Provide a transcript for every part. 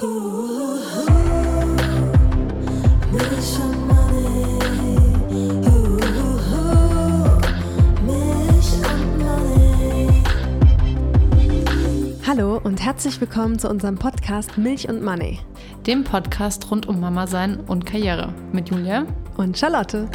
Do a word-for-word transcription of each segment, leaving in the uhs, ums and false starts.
Hallo und herzlich willkommen zu unserem Podcast Milch und Money. Dem Podcast rund um Mama sein und Karriere mit Julia und Charlotte.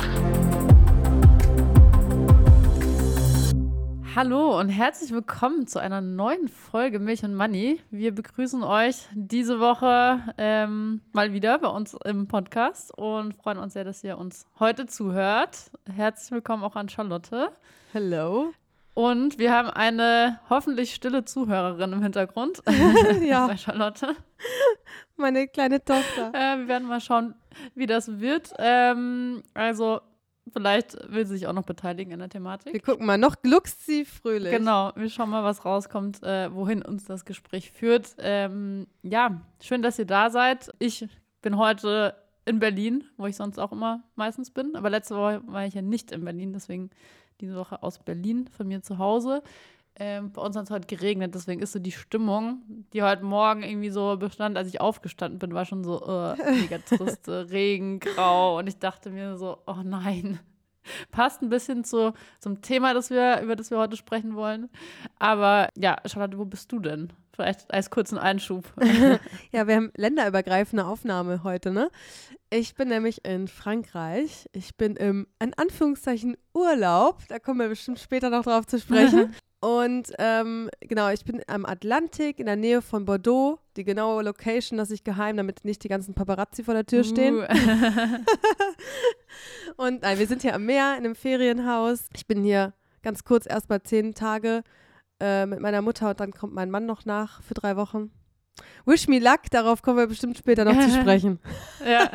Hallo und herzlich willkommen zu einer neuen Folge Milch und Money. Wir begrüßen euch diese Woche ähm, mal wieder bei uns im Podcast und freuen uns sehr, dass ihr uns heute zuhört. Herzlich willkommen auch an Charlotte. Hallo. Und wir haben eine hoffentlich stille Zuhörerin im Hintergrund. Ja. Bei Charlotte. Meine kleine Tochter. Äh, wir werden mal schauen, wie das wird. Ähm, also vielleicht will sie sich auch noch beteiligen in der Thematik. Wir gucken mal, noch gluckst sie fröhlich. Genau, wir schauen mal, was rauskommt, äh, wohin uns das Gespräch führt. Ähm, ja, schön, dass ihr da seid. Ich bin heute in Berlin, wo ich sonst auch immer meistens bin. Aber letzte Woche war ich ja nicht in Berlin, deswegen diese Woche aus Berlin, von mir zu Hause. Ähm, bei uns hat es heute geregnet, deswegen ist so die Stimmung, die heute Morgen irgendwie so bestand, als ich aufgestanden bin, war schon so uh, mega trist, Regen, grau. Und ich dachte mir so, oh nein. Passt ein bisschen zu, zum Thema, das wir, über das wir heute sprechen wollen. Aber ja, Charlotte, wo bist du denn? Vielleicht als kurzen Einschub. Ja, wir haben länderübergreifende Aufnahme heute, ne? Ich bin nämlich in Frankreich. Ich bin im, in Anführungszeichen, Urlaub. Da kommen wir bestimmt später noch drauf zu sprechen. Und ähm, genau, ich bin am Atlantik in der Nähe von Bordeaux. Die genaue Location lasse ich geheim, damit nicht die ganzen Paparazzi vor der Tür stehen. Uh. Und nein, wir sind hier am Meer in einem Ferienhaus. Ich bin hier ganz kurz erstmal zehn Tage äh, mit meiner Mutter und dann kommt mein Mann noch nach für drei Wochen. Wish me luck, darauf kommen wir bestimmt später noch zu sprechen. Ja,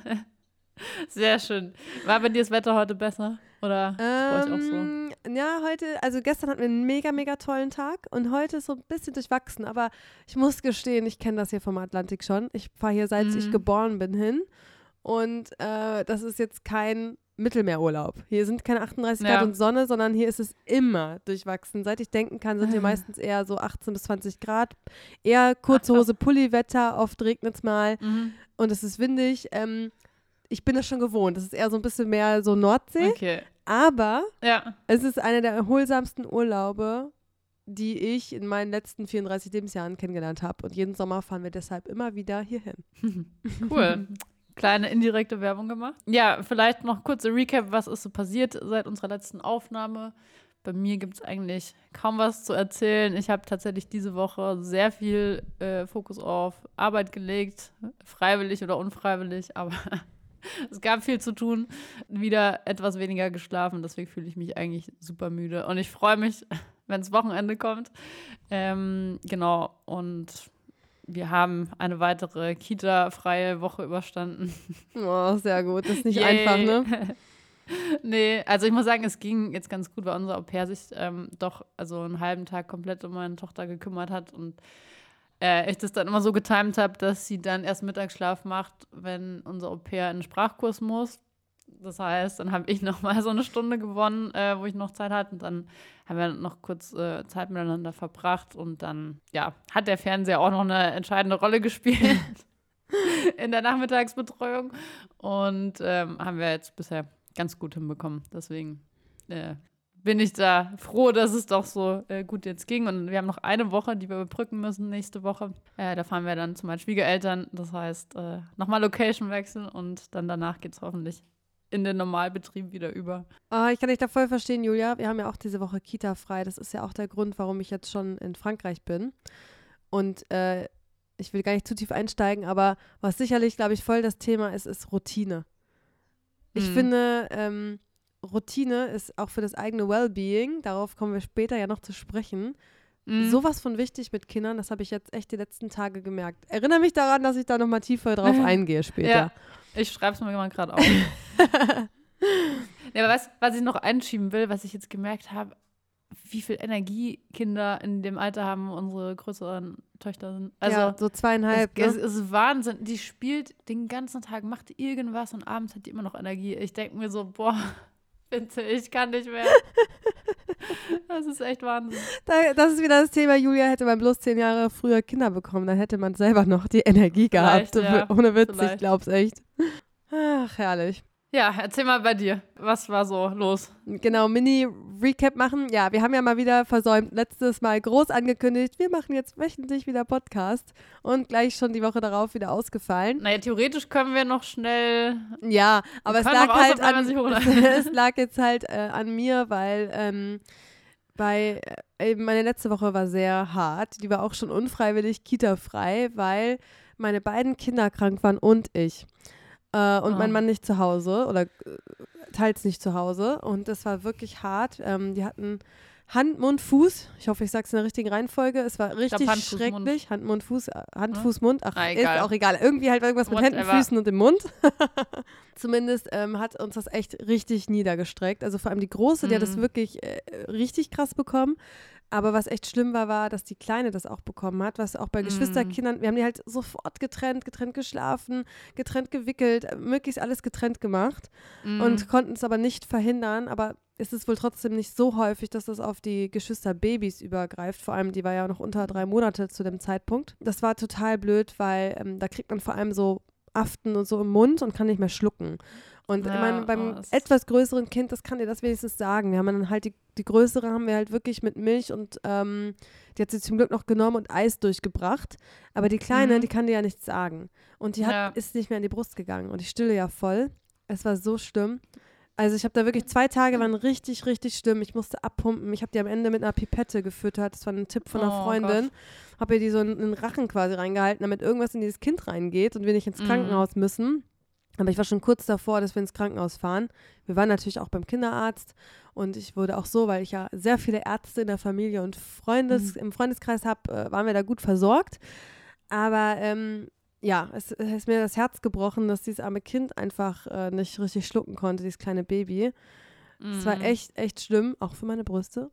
sehr schön. War bei dir das Wetter heute besser? Oder ist bei euch auch so? Ja, heute, also gestern hatten wir einen mega, mega tollen Tag und heute ist so ein bisschen durchwachsen, aber ich muss gestehen, ich kenne das hier vom Atlantik schon. Ich fahre hier, seit mhm. ich geboren bin, hin und äh, das ist jetzt kein Mittelmeerurlaub. Hier sind keine achtunddreißig ja. Grad und Sonne, sondern hier ist es immer durchwachsen. Seit ich denken kann, sind hier meistens eher so achtzehn bis zwanzig Grad. Eher kurze Hose, Pulli-Wetter, oft regnet es mal mhm. und es ist windig. Ähm, ich bin das schon gewohnt. Das ist eher so ein bisschen mehr so Nordsee. Okay. Aber ja. es ist einer der erholsamsten Urlaube, die ich in meinen letzten vierunddreißig Lebensjahren kennengelernt habe. Und jeden Sommer fahren wir deshalb immer wieder hierhin. Cool. Kleine indirekte Werbung gemacht. Ja, vielleicht noch kurze Recap, was ist so passiert seit unserer letzten Aufnahme. Bei mir gibt es eigentlich kaum was zu erzählen. Ich habe tatsächlich diese Woche sehr viel äh, Fokus auf Arbeit gelegt, freiwillig oder unfreiwillig, aber es gab viel zu tun, wieder etwas weniger geschlafen, deswegen fühle ich mich eigentlich super müde. Und ich freue mich, wenn das Wochenende kommt. Ähm, genau, und wir haben eine weitere Kita-freie Woche überstanden. Oh, sehr gut. Das ist nicht Yay. Einfach, ne? Nee, also ich muss sagen, es ging jetzt ganz gut, weil unser Au-pair sich ähm, doch also einen halben Tag komplett um meine Tochter gekümmert hat und äh, ich das dann immer so getimt habe, dass sie dann erst Mittagsschlaf macht, wenn unser Au-pair in den Sprachkurs muss. Das heißt, dann habe ich noch mal so eine Stunde gewonnen, äh, wo ich noch Zeit hatte. Und dann haben wir noch kurz äh, Zeit miteinander verbracht. Und dann, ja, hat der Fernseher auch noch eine entscheidende Rolle gespielt in der Nachmittagsbetreuung. Und ähm, haben wir jetzt bisher ganz gut hinbekommen. Deswegen äh, bin ich da froh, dass es doch so äh, gut jetzt ging. Und wir haben noch eine Woche, die wir überbrücken müssen nächste Woche. Äh, da fahren wir dann zu meinen Schwiegereltern. Das heißt, äh, nochmal Location wechseln und dann danach geht es hoffentlich in den Normalbetrieb wieder über. Oh, ich kann dich da voll verstehen, Julia. Wir haben ja auch diese Woche Kita frei. Das ist ja auch der Grund, warum ich jetzt schon in Frankreich bin. Und äh, ich will gar nicht zu tief einsteigen, aber was sicherlich, glaube ich, voll das Thema ist, ist Routine. Ich mhm. finde, ähm, Routine ist auch für das eigene Wellbeing, darauf kommen wir später ja noch zu sprechen, mhm. sowas von wichtig mit Kindern, das habe ich jetzt echt die letzten Tage gemerkt. Erinnere mich daran, dass ich da nochmal tiefer drauf eingehe später. Ja, ich schreibe es mir mal gerade auf. Ja, aber was, was ich noch einschieben will, was ich jetzt gemerkt habe, wie viel Energie Kinder in dem Alter haben, unsere größeren Töchter sind. Also ja, so zweieinhalb. Es, ne? es ist Wahnsinn. Die spielt den ganzen Tag, macht irgendwas und abends hat die immer noch Energie. Ich denke mir so, boah, bitte, ich kann nicht mehr. Das ist echt Wahnsinn. Da, das ist wieder das Thema, Julia hätte man bloß zehn Jahre früher Kinder bekommen, dann hätte man selber noch die Energie gehabt. Ja, ohne Witz, vielleicht. Ich glaub's echt. Ach, herrlich. Ja, erzähl mal bei dir. Was war so los? Genau, Mini-Recap machen. Ja, wir haben ja mal wieder versäumt, letztes Mal groß angekündigt, wir machen jetzt wöchentlich wieder Podcast und gleich schon die Woche darauf wieder ausgefallen. Naja, theoretisch können wir noch schnell. Ja, aber es lag halt an, sich es lag jetzt halt äh, an mir, weil ähm, bei äh, meine letzte Woche war sehr hart. Die war auch schon unfreiwillig Kita-frei, weil meine beiden Kinder krank waren und ich. Äh, und oh. mein Mann nicht zu Hause oder äh, teils nicht zu Hause. Und das war wirklich hart. Ähm, die hatten Hand, Mund, Fuß. Ich hoffe, ich sage es in der richtigen Reihenfolge. Es war richtig Hand, schrecklich. Fuß, Hand, Mund, Fuß, äh, Hand, ja. Fuß, Mund. Ach, ah, ist auch egal. Irgendwie halt irgendwas Whatever. mit Händen, Füßen und dem Mund. Zumindest ähm, hat uns das echt richtig niedergestreckt. Also vor allem die Große, die mhm. hat das wirklich äh, richtig krass bekommen. Aber was echt schlimm war, war, dass die Kleine das auch bekommen hat, was auch bei mm. Geschwisterkindern, wir haben die halt sofort getrennt, getrennt geschlafen, getrennt gewickelt, möglichst alles getrennt gemacht mm. und konnten es aber nicht verhindern. Aber es ist wohl trotzdem nicht so häufig, dass das auf die Geschwisterbabys übergreift. Vor allem, die war ja noch unter drei Monate zu dem Zeitpunkt. Das war total blöd, weil ähm, da kriegt man vor allem so Aften und so im Mund und kann nicht mehr schlucken. Und ja, ich meine, beim oh, etwas größeren Kind, das kann dir das wenigstens sagen. Wir haben dann halt die, die größere haben wir halt wirklich mit Milch und ähm, die hat sie zum Glück noch genommen und Eis durchgebracht. Aber die Kleine, mhm. die kann dir ja nichts sagen. Und die hat, ja. ist nicht mehr in die Brust gegangen. Und ich stille ja voll. Es war so schlimm. Also ich habe da wirklich zwei Tage waren richtig, richtig schlimm. Ich musste abpumpen. Ich habe die am Ende mit einer Pipette gefüttert. Das war ein Tipp von einer oh, Freundin. Habe ihr die so in den Rachen quasi reingehalten, damit irgendwas in dieses Kind reingeht und wir nicht ins Krankenhaus mhm. müssen. Aber ich war schon kurz davor, dass wir ins Krankenhaus fahren. Wir waren natürlich auch beim Kinderarzt und ich wurde auch so, weil ich ja sehr viele Ärzte in der Familie und Freundes, mhm. im Freundeskreis habe, äh, waren wir da gut versorgt. Aber ähm, ja, es, es ist mir das Herz gebrochen, dass dieses arme Kind einfach äh, nicht richtig schlucken konnte, dieses kleine Baby. Es mhm. war echt, echt schlimm, auch für meine Brüste.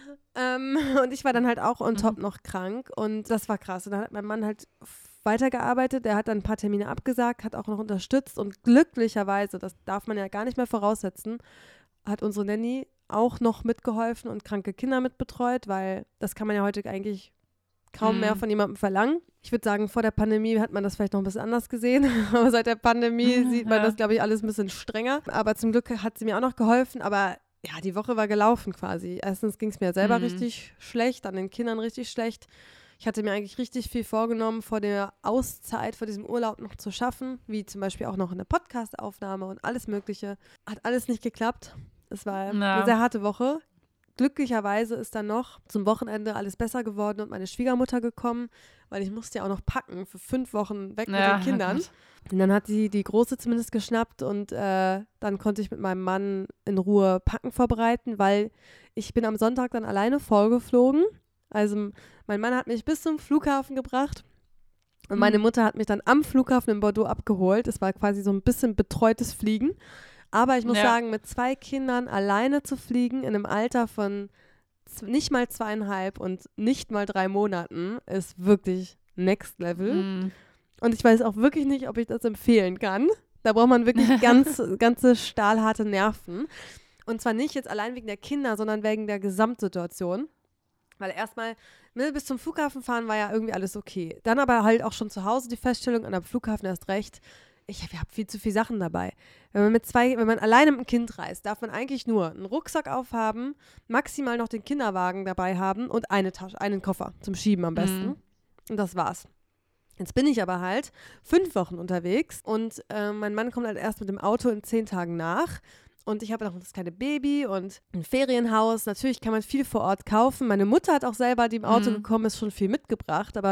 Ähm, und ich war dann halt auch on top mhm. noch krank und das war krass. Und dann hat mein Mann halt weitergearbeitet, der hat dann ein paar Termine abgesagt, hat auch noch unterstützt und glücklicherweise, das darf man ja gar nicht mehr voraussetzen, hat unsere Nanny auch noch mitgeholfen und kranke Kinder mitbetreut, weil das kann man ja heute eigentlich kaum mhm. mehr von jemandem verlangen. Ich würde sagen, vor der Pandemie hat man das vielleicht noch ein bisschen anders gesehen, aber seit der Pandemie mhm, sieht man ja. das, glaube ich, alles ein bisschen strenger. Aber zum Glück hat sie mir auch noch geholfen, aber ja, die Woche war gelaufen quasi. Erstens ging es mir selber mhm. richtig schlecht, an den Kindern richtig schlecht. Ich hatte mir eigentlich richtig viel vorgenommen, vor der Auszeit, vor diesem Urlaub noch zu schaffen, wie zum Beispiel auch noch eine Podcast-Aufnahme und alles Mögliche. Hat alles nicht geklappt. Es war ja. eine sehr harte Woche. Glücklicherweise ist dann noch zum Wochenende alles besser geworden und meine Schwiegermutter gekommen, weil ich musste ja auch noch packen für fünf Wochen weg ja, mit den Kindern. Und dann hat sie die Große zumindest geschnappt und äh, dann konnte ich mit meinem Mann in Ruhe Packen vorbereiten, weil ich bin am Sonntag dann alleine vorgeflogen. Also mein Mann hat mich bis zum Flughafen gebracht und mhm. meine Mutter hat mich dann am Flughafen in Bordeaux abgeholt. Es war quasi so ein bisschen betreutes Fliegen. Aber ich muss ja. sagen, mit zwei Kindern alleine zu fliegen in einem Alter von z- nicht mal zweieinhalb und nicht mal drei Monaten ist wirklich next level. Mhm. Und ich weiß auch wirklich nicht, ob ich das empfehlen kann. Da braucht man wirklich ganz, ganze stahlharte Nerven. Und zwar nicht jetzt allein wegen der Kinder, sondern wegen der Gesamtsituation. Weil erstmal, ne, bis zum Flughafen fahren war ja irgendwie alles okay. Dann aber halt auch schon zu Hause die Feststellung, an der Flughafen erst recht, ich habe hab viel zu viele Sachen dabei. Wenn man mit zwei, wenn man alleine mit einem Kind reist, darf man eigentlich nur einen Rucksack aufhaben, maximal noch den Kinderwagen dabei haben und eine Tasche, einen Koffer zum Schieben am besten. Mhm. Und das war's. Jetzt bin ich aber halt fünf Wochen unterwegs und äh, mein Mann kommt halt erst mit dem Auto in zehn Tagen nach. Und ich habe noch das kleine Baby und ein Ferienhaus. Natürlich kann man viel vor Ort kaufen. Meine Mutter hat auch selber, die im Auto mhm. gekommen ist, schon viel mitgebracht. Aber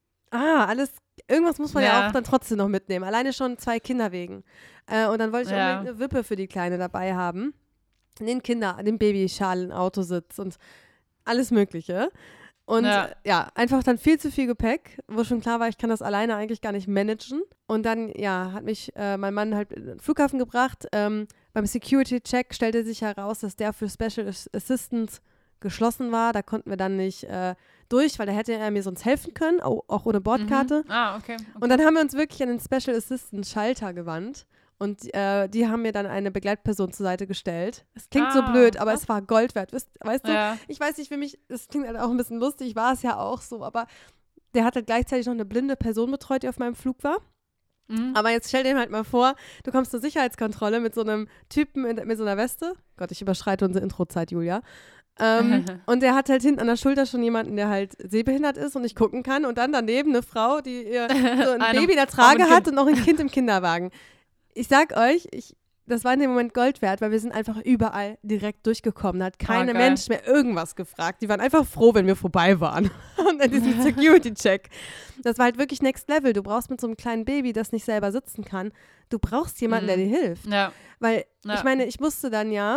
ah, alles, irgendwas muss man ja. ja auch dann trotzdem noch mitnehmen. Alleine schon zwei Kinder wegen. Äh, und dann wollte ich ja. auch eine Wippe für die Kleine dabei haben. Den Kinder, den Babyschal im Autositz und alles Mögliche. Und ja. ja, einfach dann viel zu viel Gepäck, wo schon klar war, ich kann das alleine eigentlich gar nicht managen. Und dann, ja, hat mich äh, mein Mann halt in den Flughafen gebracht. Ähm, beim Security-Check stellte sich heraus, dass der für Special Assistance geschlossen war. Da konnten wir dann nicht äh, durch, weil da hätte er mir sonst helfen können, auch, auch ohne Bordkarte. Mhm. Ah, okay, okay. Und dann haben wir uns wirklich an den Special Assistance Schalter gewandt. Und äh, die haben mir dann eine Begleitperson zur Seite gestellt. Es klingt Ah, so blöd, aber was? es war Gold wert. Weißt, weißt du, Ja. ich weiß nicht, für mich, das klingt halt auch ein bisschen lustig, war es ja auch so, aber der hat halt gleichzeitig noch eine blinde Person betreut, die auf meinem Flug war. Mhm. Aber jetzt stell dir halt mal vor, du kommst zur Sicherheitskontrolle mit so einem Typen in, mit so einer Weste. Gott, ich überschreite unsere Introzeit, Julia. Ähm, und der hat halt hinten an der Schulter schon jemanden, der halt sehbehindert ist und nicht gucken kann. Und dann daneben eine Frau, die ihr so ein Eine Baby in der Frau mit Trage hat Kind. und noch ein Kind im Kinderwagen. Ich sag euch, ich, das war in dem Moment Gold wert, weil wir sind einfach überall direkt durchgekommen. Da hat keine Ah, geil. Mensch mehr irgendwas gefragt. Die waren einfach froh, wenn wir vorbei waren. Und in diesem Security-Check. Das war halt wirklich Next Level. Du brauchst mit so einem kleinen Baby, das nicht selber sitzen kann, du brauchst jemanden, Mhm. der dir hilft. Ja. Weil, Ja. ich meine, ich musste dann ja,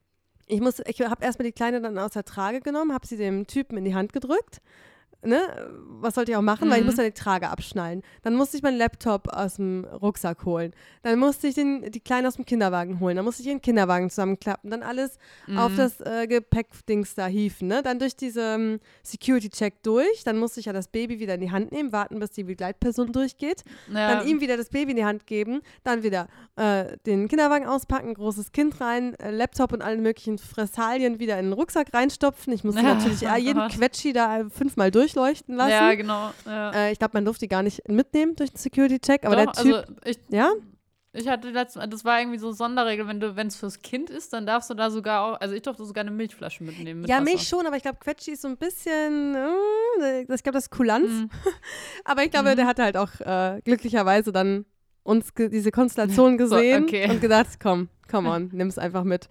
ich musste, ich habe erstmal die Kleine dann aus der Trage genommen, habe sie dem Typen in die Hand gedrückt. Ne? Was sollte ich auch machen, Mhm. weil ich musste dann die Trage abschnallen. Dann musste ich meinen Laptop aus dem Rucksack holen. Dann musste ich den, die Kleine aus dem Kinderwagen holen. Dann musste ich ihren Kinderwagen zusammenklappen. Dann alles Mhm. auf das äh, Gepäckdings da hieven. Ne? Dann durch diese ähm, Security-Check durch. Dann musste ich ja das Baby wieder in die Hand nehmen, warten, bis die Begleitperson durchgeht. Ja. Dann ihm wieder das Baby in die Hand geben. Dann wieder äh, den Kinderwagen auspacken, großes Kind rein, äh, Laptop und alle möglichen Fressalien wieder in den Rucksack reinstopfen. Ich musste Ja, natürlich äh, jeden Gott. Quetschi da äh, fünfmal durchleuchten lassen. Ja, genau. Ja. Äh, ich glaube, man durfte die gar nicht mitnehmen durch den Security-Check, aber Doch, der Typ, also ich, ja? ich hatte letztens, das war irgendwie so Sonderregel, wenn du, wenn es fürs Kind ist, dann darfst du da sogar auch, also ich durfte sogar eine Milchflasche mitnehmen. Mit Ja, Wasser. Milch schon, aber ich glaube, Quetschi ist so ein bisschen, äh, ich glaube, das ist Kulanz. Mhm. Aber ich glaube, Mhm. der hatte halt auch äh, glücklicherweise dann uns ge- diese Konstellation So, gesehen okay. und gedacht, komm, come on, nimm es einfach mit.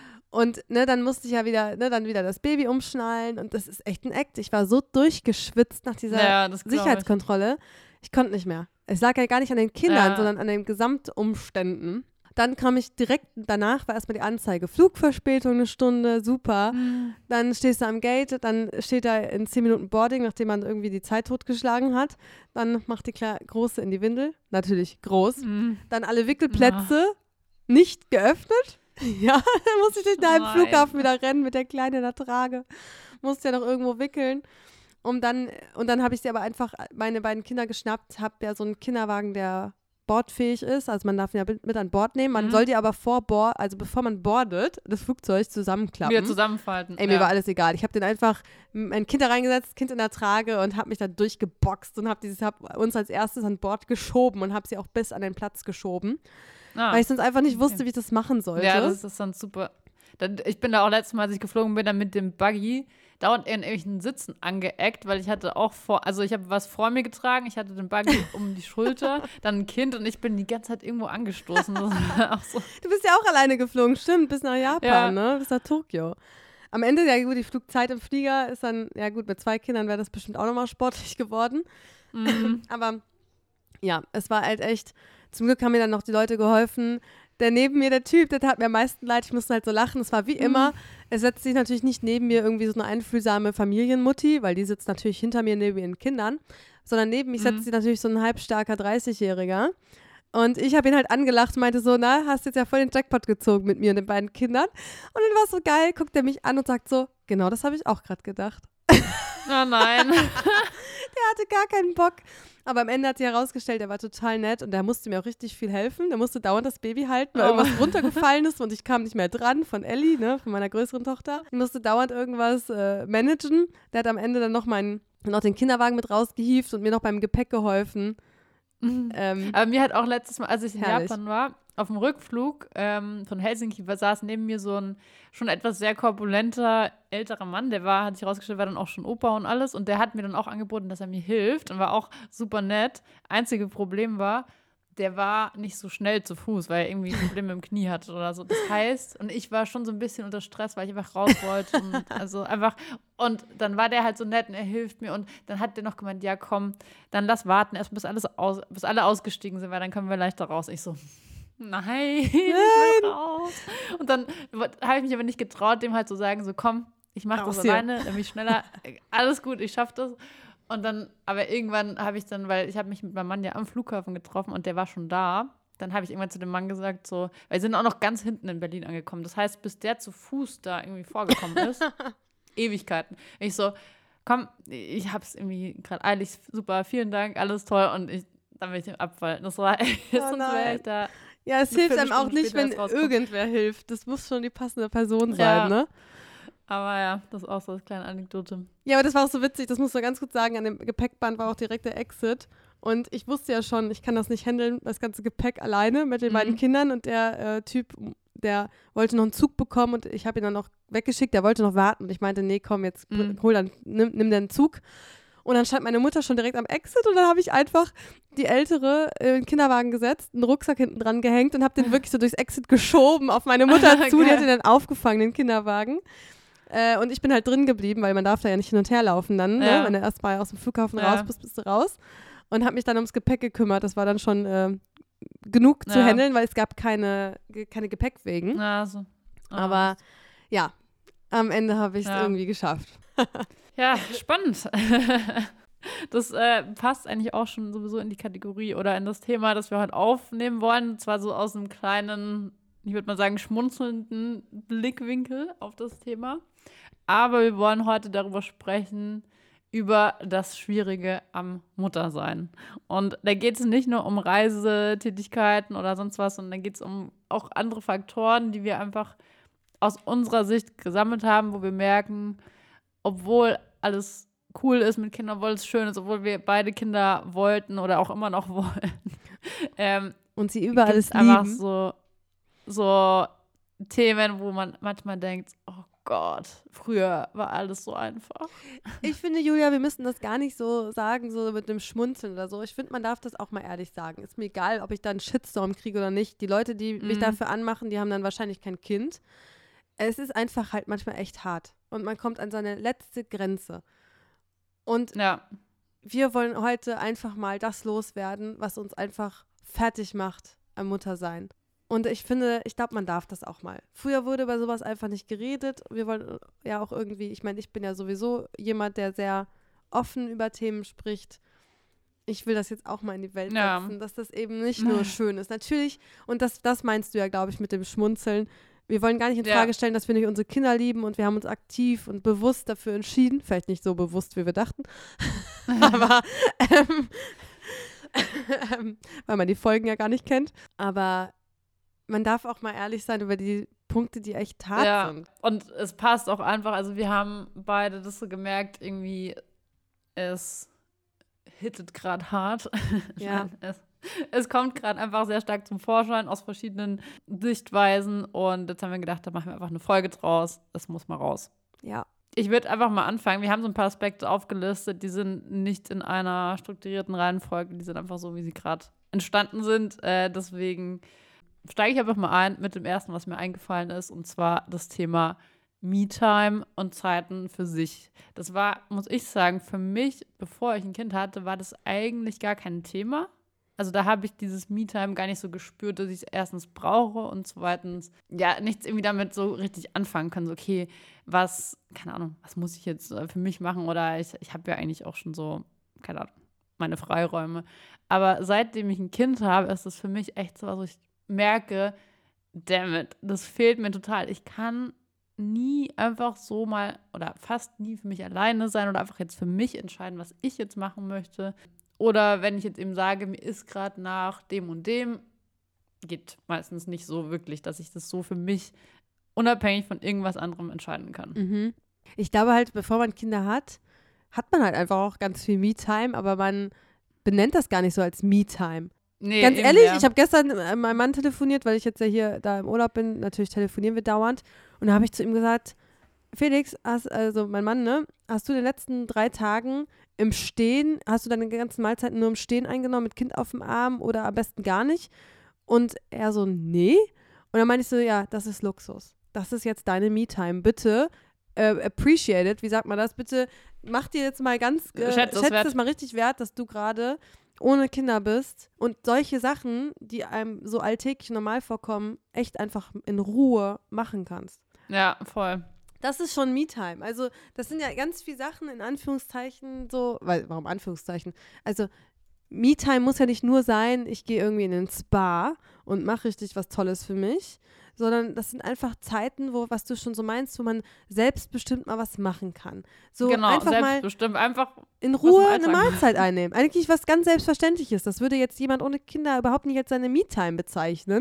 Und ne, dann musste ich ja wieder, ne, dann wieder das Baby umschnallen und das ist echt ein Act. Ich war so durchgeschwitzt nach dieser Ja, das glaub ich. Sicherheitskontrolle. Ich konnte nicht mehr. Es lag ja gar nicht an den Kindern, Ja. sondern an den Gesamtumständen. Dann kam ich direkt danach, war erstmal die Anzeige, Flugverspätung eine Stunde, super. Mhm. Dann stehst du am Gate, dann steht da in zehn Minuten Boarding, nachdem man irgendwie die Zeit totgeschlagen hat. Dann macht die Kle Große in die Windel, natürlich groß. Mhm. Dann alle Wickelplätze nicht geöffnet. Ja, dann musste ich durch den halben Nein. Flughafen wieder rennen mit der Kleinen in der Trage. Musste ja noch irgendwo wickeln. Um dann, und dann habe ich sie aber einfach, meine beiden Kinder geschnappt, habe ja so einen Kinderwagen, der bordfähig ist. Also man darf ihn ja mit an Bord nehmen. Man Mhm. soll die aber vor Bord, also bevor man boardet, das Flugzeug zusammenklappen. Wieder zusammenfalten. Ey, mir ja. war alles egal. Ich habe den einfach, mein Kind da reingesetzt, Kind in der Trage und habe mich da durchgeboxt und habe dieses, hab uns als erstes an Bord geschoben und habe sie auch bis an den Platz geschoben, Ah. weil ich sonst einfach nicht wusste, Okay. wie ich das machen sollte. Ja, das ist dann super. Dann, ich bin da auch letztes Mal, als ich geflogen bin, dann mit dem Buggy dauernd in irgendwelchen Sitzen angeeckt, weil ich hatte auch vor, also ich habe was vor mir getragen, ich hatte den Buggy um die Schulter, dann ein Kind und ich bin die ganze Zeit irgendwo angestoßen. Das war auch so. Du bist ja auch alleine geflogen, stimmt, bis nach Japan, Ja. ne? Bis nach Tokio. Am Ende, ja gut, die Flugzeit im Flieger ist dann, ja gut, mit zwei Kindern wäre das bestimmt auch nochmal sportlich geworden. Mhm. Aber ja, es war halt echt, zum Glück haben mir dann noch die Leute geholfen. Der neben mir, der Typ, der tat mir am meisten leid, ich musste halt so lachen. Es war wie immer, er setzt sich natürlich nicht neben mir irgendwie so eine einfühlsame Familienmutti, weil die sitzt natürlich hinter mir neben ihren Kindern, sondern neben mich Mhm. setzt sich natürlich so ein halbstarker dreißigjähriger. Und ich habe ihn halt angelacht und meinte so, na, hast jetzt ja voll den Jackpot gezogen mit mir und den beiden Kindern. Und dann war es so geil, guckt er mich an und sagt so, genau das habe ich auch gerade gedacht. Oh nein. Der hatte gar keinen Bock. Aber am Ende hat sich herausgestellt, er war total nett und der musste mir auch richtig viel helfen. Der musste dauernd das Baby halten, weil Oh. irgendwas runtergefallen ist und ich kam nicht mehr dran von Ellie, ne, von meiner größeren Tochter. Ich musste dauernd irgendwas äh, managen. Der hat am Ende dann noch, meinen, noch den Kinderwagen mit rausgehievt und mir noch beim Gepäck geholfen. Ähm, Aber mir hat auch letztes Mal, als ich in Herrlich. Japan war, auf dem Rückflug ähm, von Helsinki war, saß neben mir so ein schon etwas sehr korpulenter älterer Mann, der war, hat sich herausgestellt, war dann auch schon Opa und alles und der hat mir dann auch angeboten, dass er mir hilft und war auch super nett. Einzige Problem war, der war nicht so schnell zu Fuß, weil er irgendwie Probleme im Knie hatte oder so. Das heißt, und ich war schon so ein bisschen unter Stress, weil ich einfach raus wollte und also einfach, und dann war der halt so nett und er hilft mir und dann hat der noch gemeint, ja komm, dann lass warten, erst bis alles aus, bis alle ausgestiegen sind, weil dann können wir leichter raus. Ich so, nein, ich will raus. Und dann habe ich mich aber nicht getraut, dem halt zu sagen, so komm, ich mache das Raus hier. alleine, nämlich schneller, alles gut, ich schaffe das. Und dann, aber irgendwann habe ich dann, weil ich habe mich mit meinem Mann ja am Flughafen getroffen und der war schon da, dann habe ich irgendwann zu dem Mann gesagt, so, weil wir sind auch noch ganz hinten in Berlin angekommen. Das heißt, bis der zu Fuß da irgendwie vorgekommen ist, Ewigkeiten. Ich so, komm, ich habe es irgendwie gerade eilig, super, vielen Dank, alles toll. Und ich, dann bin ich im Abfall. Das war echt, Oh sonst wäre nein. ich da. Ja, es Eine hilft einem auch Viertelstunde nicht, später wenn erst rauskommt. irgendwer hilft. Das muss schon die passende Person sein, Ja. ne? Aber ja, das ist auch so eine kleine Anekdote. Ja, aber das war auch so witzig, das muss man ganz kurz sagen, an dem Gepäckband war auch direkt der Exit und ich wusste ja schon, ich kann das nicht handeln, das ganze Gepäck alleine mit den Mhm. beiden Kindern und der äh, Typ, der wollte noch einen Zug bekommen und ich habe ihn dann noch weggeschickt, der wollte noch warten und ich meinte, nee, komm, jetzt Mhm. hol dann, nimm, nimm den Zug. Und dann stand meine Mutter schon direkt am Exit und dann habe ich einfach die Ältere in den Kinderwagen gesetzt, einen Rucksack hinten dran gehängt und habe den wirklich so durchs Exit geschoben auf meine Mutter zu, die hat ihn dann aufgefangen, den Kinderwagen. Äh, und ich bin halt drin geblieben, weil man darf da ja nicht hin und her laufen dann, Ja. ne? Wenn du erst mal aus dem Flughafen Ja. raus bist, bist du raus. Und habe mich dann ums Gepäck gekümmert. Das war dann schon äh, genug zu Ja. handeln, weil es gab keine, ge- keine Gepäckwegen. Ja, so. Ah, Aber ja, am Ende habe ich es Ja. irgendwie geschafft. Ja, spannend. Das äh, passt eigentlich auch schon sowieso in die Kategorie oder in das Thema, das wir heute aufnehmen wollen. Und zwar so aus einem kleinen, ich würde mal sagen, schmunzelnden Blickwinkel auf das Thema. Aber wir wollen heute darüber sprechen, über das Schwierige am Muttersein. Und da geht es nicht nur um Reisetätigkeiten oder sonst was, sondern da geht es um auch andere Faktoren, die wir einfach aus unserer Sicht gesammelt haben, wo wir merken, obwohl alles cool ist mit Kindern, obwohl es schön ist, obwohl wir beide Kinder wollten oder auch immer noch wollen, ähm, Und sie über alles gibt's einfach lieben. so, so Themen, wo man manchmal denkt, oh Gott, früher war alles so einfach. Ich finde, Julia, wir müssen das gar nicht so sagen, so mit einem Schmunzeln oder so. Ich finde, man darf das auch mal ehrlich sagen. Ist mir egal, ob ich da einen Shitstorm kriege oder nicht. Die Leute, die mich Mhm. dafür anmachen, die haben dann wahrscheinlich kein Kind. Es ist einfach halt manchmal echt hart. Und man kommt an seine letzte Grenze. Und Ja, wir wollen heute einfach mal das loswerden, was uns einfach fertig macht am Muttersein. Und ich finde, ich glaube, man darf das auch mal. Früher wurde über sowas einfach nicht geredet. Wir wollen ja auch irgendwie, ich meine, ich bin ja sowieso jemand, der sehr offen über Themen spricht. Ich will das jetzt auch mal in die Welt Ja. setzen, dass das eben nicht nur schön ist. Natürlich, und das, das meinst du ja, glaube ich, mit dem Schmunzeln. Wir wollen gar nicht in Ja. Frage stellen, dass wir nicht unsere Kinder lieben und wir haben uns aktiv und bewusst dafür entschieden. Vielleicht nicht so bewusst, wie wir dachten. Aber ähm, ähm, weil man die Folgen ja gar nicht kennt. Aber man darf auch mal ehrlich sein über die Punkte, die echt hart ja. sind. Und es passt auch einfach, also wir haben beide das so gemerkt, irgendwie es hittet gerade hart. Ich Ja. meine, es, es kommt gerade einfach sehr stark zum Vorschein aus verschiedenen Sichtweisen und jetzt haben wir gedacht, da machen wir einfach eine Folge draus. Das muss mal raus. Ja. Ich würde einfach mal anfangen. Wir haben so ein paar Aspekte aufgelistet, die sind nicht in einer strukturierten Reihenfolge, die sind einfach so, wie sie gerade entstanden sind. Äh, deswegen steige ich einfach mal ein mit dem ersten, was mir eingefallen ist, und zwar das Thema Me-Time und Zeiten für sich. Das war, muss ich sagen, für mich, bevor ich ein Kind hatte, war das eigentlich gar kein Thema. Also da habe ich dieses Me-Time gar nicht so gespürt, dass ich es erstens brauche und zweitens, ja, nichts irgendwie damit so richtig anfangen kann. So, okay, was, keine Ahnung, was muss ich jetzt äh, für mich machen? Oder ich, ich habe ja eigentlich auch schon so, keine Ahnung, meine Freiräume. Aber seitdem ich ein Kind habe, ist das für mich echt so, also ich merke, damn it, das fehlt mir total. Ich kann nie einfach so mal oder fast nie für mich alleine sein oder einfach jetzt für mich entscheiden, was ich jetzt machen möchte. Oder wenn ich jetzt eben sage, mir ist gerade nach dem und dem, geht meistens nicht so wirklich, dass ich das so für mich unabhängig von irgendwas anderem entscheiden kann. Mhm. Ich glaube halt, bevor man Kinder hat, hat man halt einfach auch ganz viel Me-Time, aber man benennt das gar nicht so als Me-Time. Nee, Ganz eben, ehrlich, ja. ich habe gestern mit meinem Mann telefoniert, weil ich jetzt ja hier da im Urlaub bin. Natürlich telefonieren wir dauernd. Und da habe ich zu ihm gesagt, Felix, hast, also mein Mann, ne, hast du in den letzten drei Tagen im Stehen, hast du deine ganzen Mahlzeiten nur im Stehen eingenommen mit Kind auf dem Arm oder am besten gar nicht? Und er so, nee. Und dann meinte ich so, ja, das ist Luxus. Das ist jetzt deine Me-Time. Bitte äh, appreciate it. Wie sagt man das? Bitte mach dir jetzt mal ganz, äh, Schätz es schätz wert. es mal richtig wert, dass du gerade ohne Kinder bist und solche Sachen, die einem so alltäglich normal vorkommen, echt einfach in Ruhe machen kannst. Ja, voll. Das ist schon Me-Time. Also das sind ja ganz viele Sachen in Anführungszeichen so, weil, warum Anführungszeichen? Also Me-Time muss ja nicht nur sein, ich gehe irgendwie in den Spa und mache richtig was Tolles für mich, sondern das sind einfach Zeiten, wo, was du schon so meinst, wo man selbstbestimmt mal was machen kann. So genau, einfach mal selbstbestimmt. Einfach in was Ruhe im eine Alltag Mahlzeit einnehmen. Eigentlich was ganz Selbstverständliches. Das würde jetzt jemand ohne Kinder überhaupt nicht als seine Me-Time bezeichnen.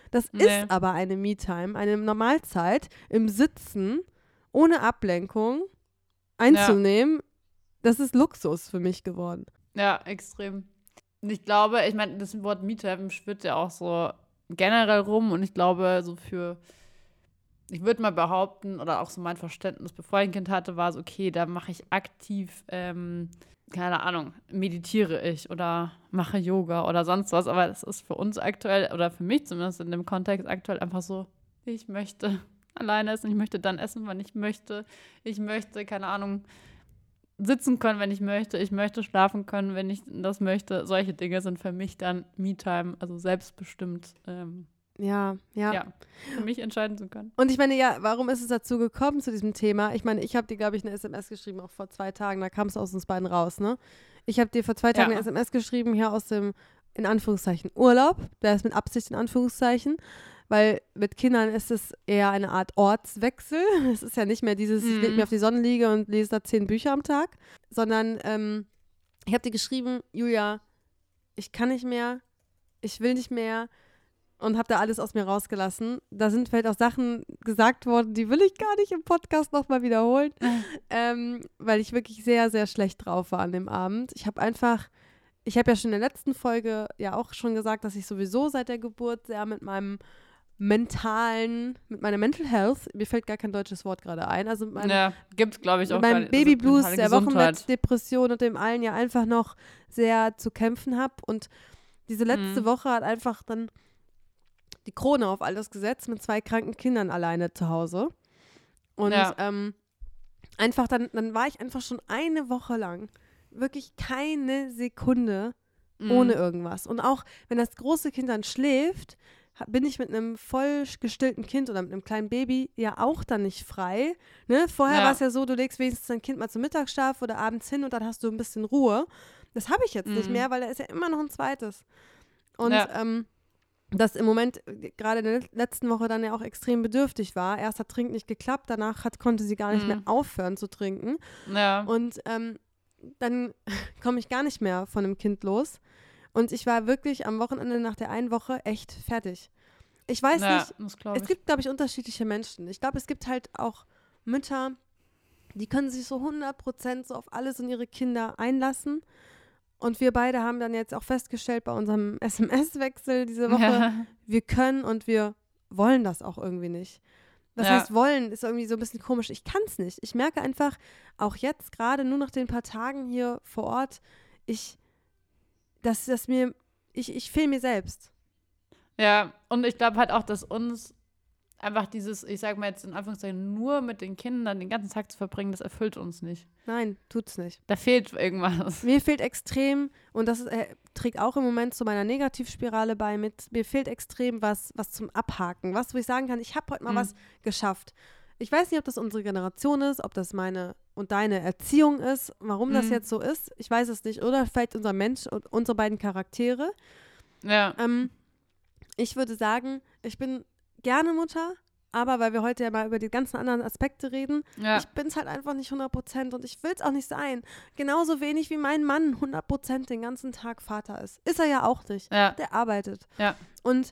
Das Nee. ist aber eine Me-Time, eine Normalzeit im Sitzen, ohne Ablenkung einzunehmen. Das ist Luxus für mich geworden. Ja, extrem. Und ich glaube, ich meine, das Wort Me-Time schwirrt ja auch so generell rum und ich glaube, so für, ich würde mal behaupten, oder auch so mein Verständnis, bevor ich ein Kind hatte, war es okay, da mache ich aktiv, ähm, keine Ahnung, meditiere ich oder mache Yoga oder sonst was, aber das ist für uns aktuell, oder für mich zumindest in dem Kontext aktuell einfach so, ich möchte alleine essen, ich möchte dann essen, wann ich möchte, ich möchte, keine Ahnung, sitzen können, wenn ich möchte, ich möchte schlafen können, wenn ich das möchte. Solche Dinge sind für mich dann Me-Time, also selbstbestimmt, ähm, Ja, ja, ja, für mich entscheiden zu können. Und ich meine, ja, warum ist es dazu gekommen, zu diesem Thema? Ich meine, ich habe dir, glaube ich, eine S M S geschrieben, auch vor zwei Tagen, da kam es aus uns beiden raus, ne? Ich habe dir vor zwei Tagen Ja. eine S M S geschrieben, hier aus dem, in Anführungszeichen, Urlaub. Der ist mit Absicht in Anführungszeichen, weil mit Kindern ist es eher eine Art Ortswechsel. Es ist ja nicht mehr dieses, ich lege Mhm. mir auf die Sonnenliege und lese da zehn Bücher am Tag, sondern ähm, ich habe dir geschrieben, Julia, ich kann nicht mehr, ich will nicht mehr, und habe da alles aus mir rausgelassen. Da sind vielleicht auch Sachen gesagt worden, die will ich gar nicht im Podcast nochmal wiederholen, ähm, weil ich wirklich sehr, sehr schlecht drauf war an dem Abend. Ich habe einfach, ich habe ja schon in der letzten Folge ja auch schon gesagt, dass ich sowieso seit der Geburt sehr mit meinem mentalen, mit meiner Mental Health, mir fällt gar kein deutsches Wort gerade ein, also mit meinem, Ja, gibt's, glaube ich, auch mit meinem gar nicht. Also Babyblues, mentale der Gesundheit. Wochenbettdepression und dem allen ja einfach noch sehr zu kämpfen habe. Und diese letzte Mhm. Woche hat einfach dann die Krone auf alles gesetzt mit zwei kranken Kindern alleine zu Hause. Und Ja. ähm, einfach dann, dann war ich einfach schon eine Woche lang wirklich keine Sekunde Mhm. ohne irgendwas. Und auch wenn das große Kind dann schläft, ha- bin ich mit einem voll gestillten Kind oder mit einem kleinen Baby ja auch dann nicht frei. Ne? Vorher Ja. war es ja so, du legst wenigstens dein Kind mal zum Mittagsschlaf oder abends hin und dann hast du ein bisschen Ruhe. Das habe ich jetzt nicht Mhm. mehr, weil da ist ja immer noch ein zweites. Und Ja. ähm, das im Moment äh, gerade in der letzten Woche dann ja auch extrem bedürftig war. Erst hat Trinken nicht geklappt, danach hat, konnte sie gar nicht Mhm. mehr aufhören zu trinken. Ja. Und ähm, dann komme ich gar nicht mehr von dem Kind los. Und ich war wirklich am Wochenende nach der einen Woche echt fertig. Ich weiß ja, nicht, das glaube es ich. gibt, glaube ich, unterschiedliche Menschen. Ich glaube, es gibt halt auch Mütter, die können sich so hundert Prozent so auf alles und ihre Kinder einlassen. Und wir beide haben dann jetzt auch festgestellt bei unserem S M S-Wechsel diese Woche, Ja. wir können und wir wollen das auch irgendwie nicht. Das Ja. heißt, wollen ist irgendwie so ein bisschen komisch. Ich kann es nicht. Ich merke einfach, auch jetzt gerade nur nach den paar Tagen hier vor Ort, ich, dass das mir, ich, ich fehle mir selbst. Ja, und ich glaube halt auch, dass uns einfach dieses, ich sag mal jetzt in Anführungszeichen, nur mit den Kindern den ganzen Tag zu verbringen, das erfüllt uns nicht. Nein, tut's nicht. Da fehlt irgendwas. Mir fehlt extrem, und das ist, äh, trägt auch im Moment zu meiner Negativspirale bei mit, mir fehlt extrem was, was zum Abhaken. Was, wo ich sagen kann, ich habe heute mal Mhm. was geschafft. Ich weiß nicht, ob das unsere Generation ist, ob das meine und deine Erziehung ist, warum das Mhm. jetzt so ist. Ich weiß es nicht. Oder vielleicht unser Mensch und unsere beiden Charaktere. Ja. Ähm, ich würde sagen, ich bin gerne Mutter, aber weil wir heute ja mal über die ganzen anderen Aspekte reden, Ja. ich bin es halt einfach nicht hundert Prozent und ich will es auch nicht sein. Genauso wenig wie mein Mann hundert Prozent den ganzen Tag Vater ist. Ist er ja auch nicht. Ja. Der arbeitet. Ja. Und,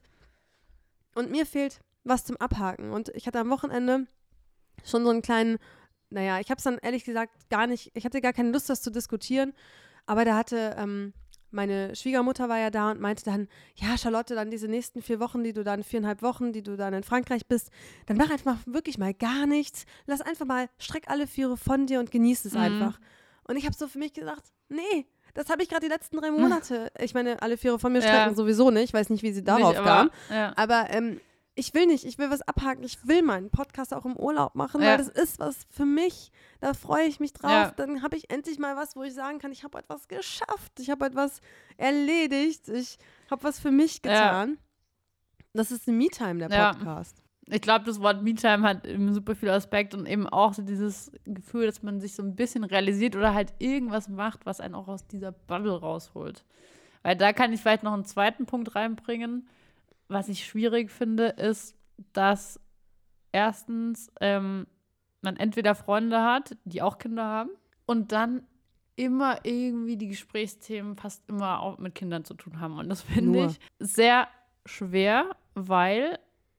und mir fehlt was zum Abhaken. Und ich hatte am Wochenende schon so einen kleinen, naja, ich habe es dann ehrlich gesagt gar nicht, ich hatte gar keine Lust, das zu diskutieren, aber da hatte ähm, meine Schwiegermutter war ja da und meinte dann, ja, Charlotte, dann diese nächsten vier Wochen, die du dann, viereinhalb Wochen, die du dann in Frankreich bist, dann mach einfach wirklich mal gar nichts. Lass einfach mal, streck alle Viere von dir und genieß es Mhm. einfach. Und ich habe so für mich gesagt, nee, das habe ich gerade die letzten drei Monate. Ich meine, alle Viere von mir strecken Ja. sowieso nicht. Ich weiß nicht, wie sie darauf Nicht, kam. aber, ja. Aber ähm, ich will nicht, ich will was abhaken. Ich will meinen Podcast auch im Urlaub machen, Ja. weil das ist was für mich. Da freue ich mich drauf. Ja. Dann habe ich endlich mal was, wo ich sagen kann, ich habe etwas geschafft. Ich habe etwas erledigt. Ich habe was für mich getan. Das ist ein Me-Time, der Ja. Podcast. Ich glaube, das Wort Me-Time hat eben super viel Aspekt und eben auch so dieses Gefühl, dass man sich so ein bisschen realisiert oder halt irgendwas macht, was einen auch aus dieser Bubble rausholt. Weil da kann ich vielleicht noch einen zweiten Punkt reinbringen. Was ich schwierig finde, ist, dass erstens ähm, man entweder Freunde hat, die auch Kinder haben und dann immer irgendwie die Gesprächsthemen fast immer auch mit Kindern zu tun haben. Und das finde Nur. ich sehr schwer, weil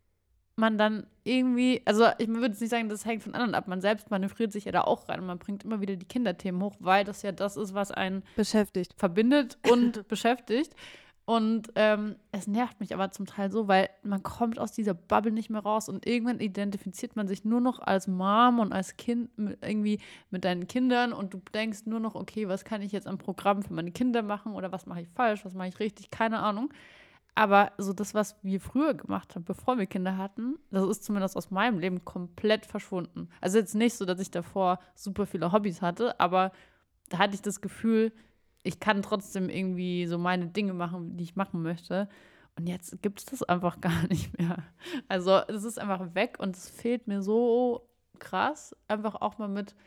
man dann irgendwie, also ich würde jetzt nicht sagen, das hängt von anderen ab, man selbst manövriert sich ja da auch rein und man bringt immer wieder die Kinderthemen hoch, weil das ja das ist, was einen beschäftigt, verbindet und beschäftigt. Und ähm, es nervt mich aber zum Teil so, weil man kommt aus dieser Bubble nicht mehr raus und irgendwann identifiziert man sich nur noch als Mom und als Kind mit, irgendwie mit deinen Kindern und du denkst nur noch, okay, was kann ich jetzt am Programm für meine Kinder machen oder was mache ich falsch, was mache ich richtig, keine Ahnung. Aber so das, was wir früher gemacht haben, bevor wir Kinder hatten, das ist zumindest aus meinem Leben komplett verschwunden. Also jetzt nicht so, dass ich davor super viele Hobbys hatte, aber da hatte ich das Gefühl, ich kann trotzdem irgendwie so meine Dinge machen, die ich machen möchte. Und jetzt gibt es das einfach gar nicht mehr. Also es ist einfach weg und es fehlt mir so krass, einfach auch mal mit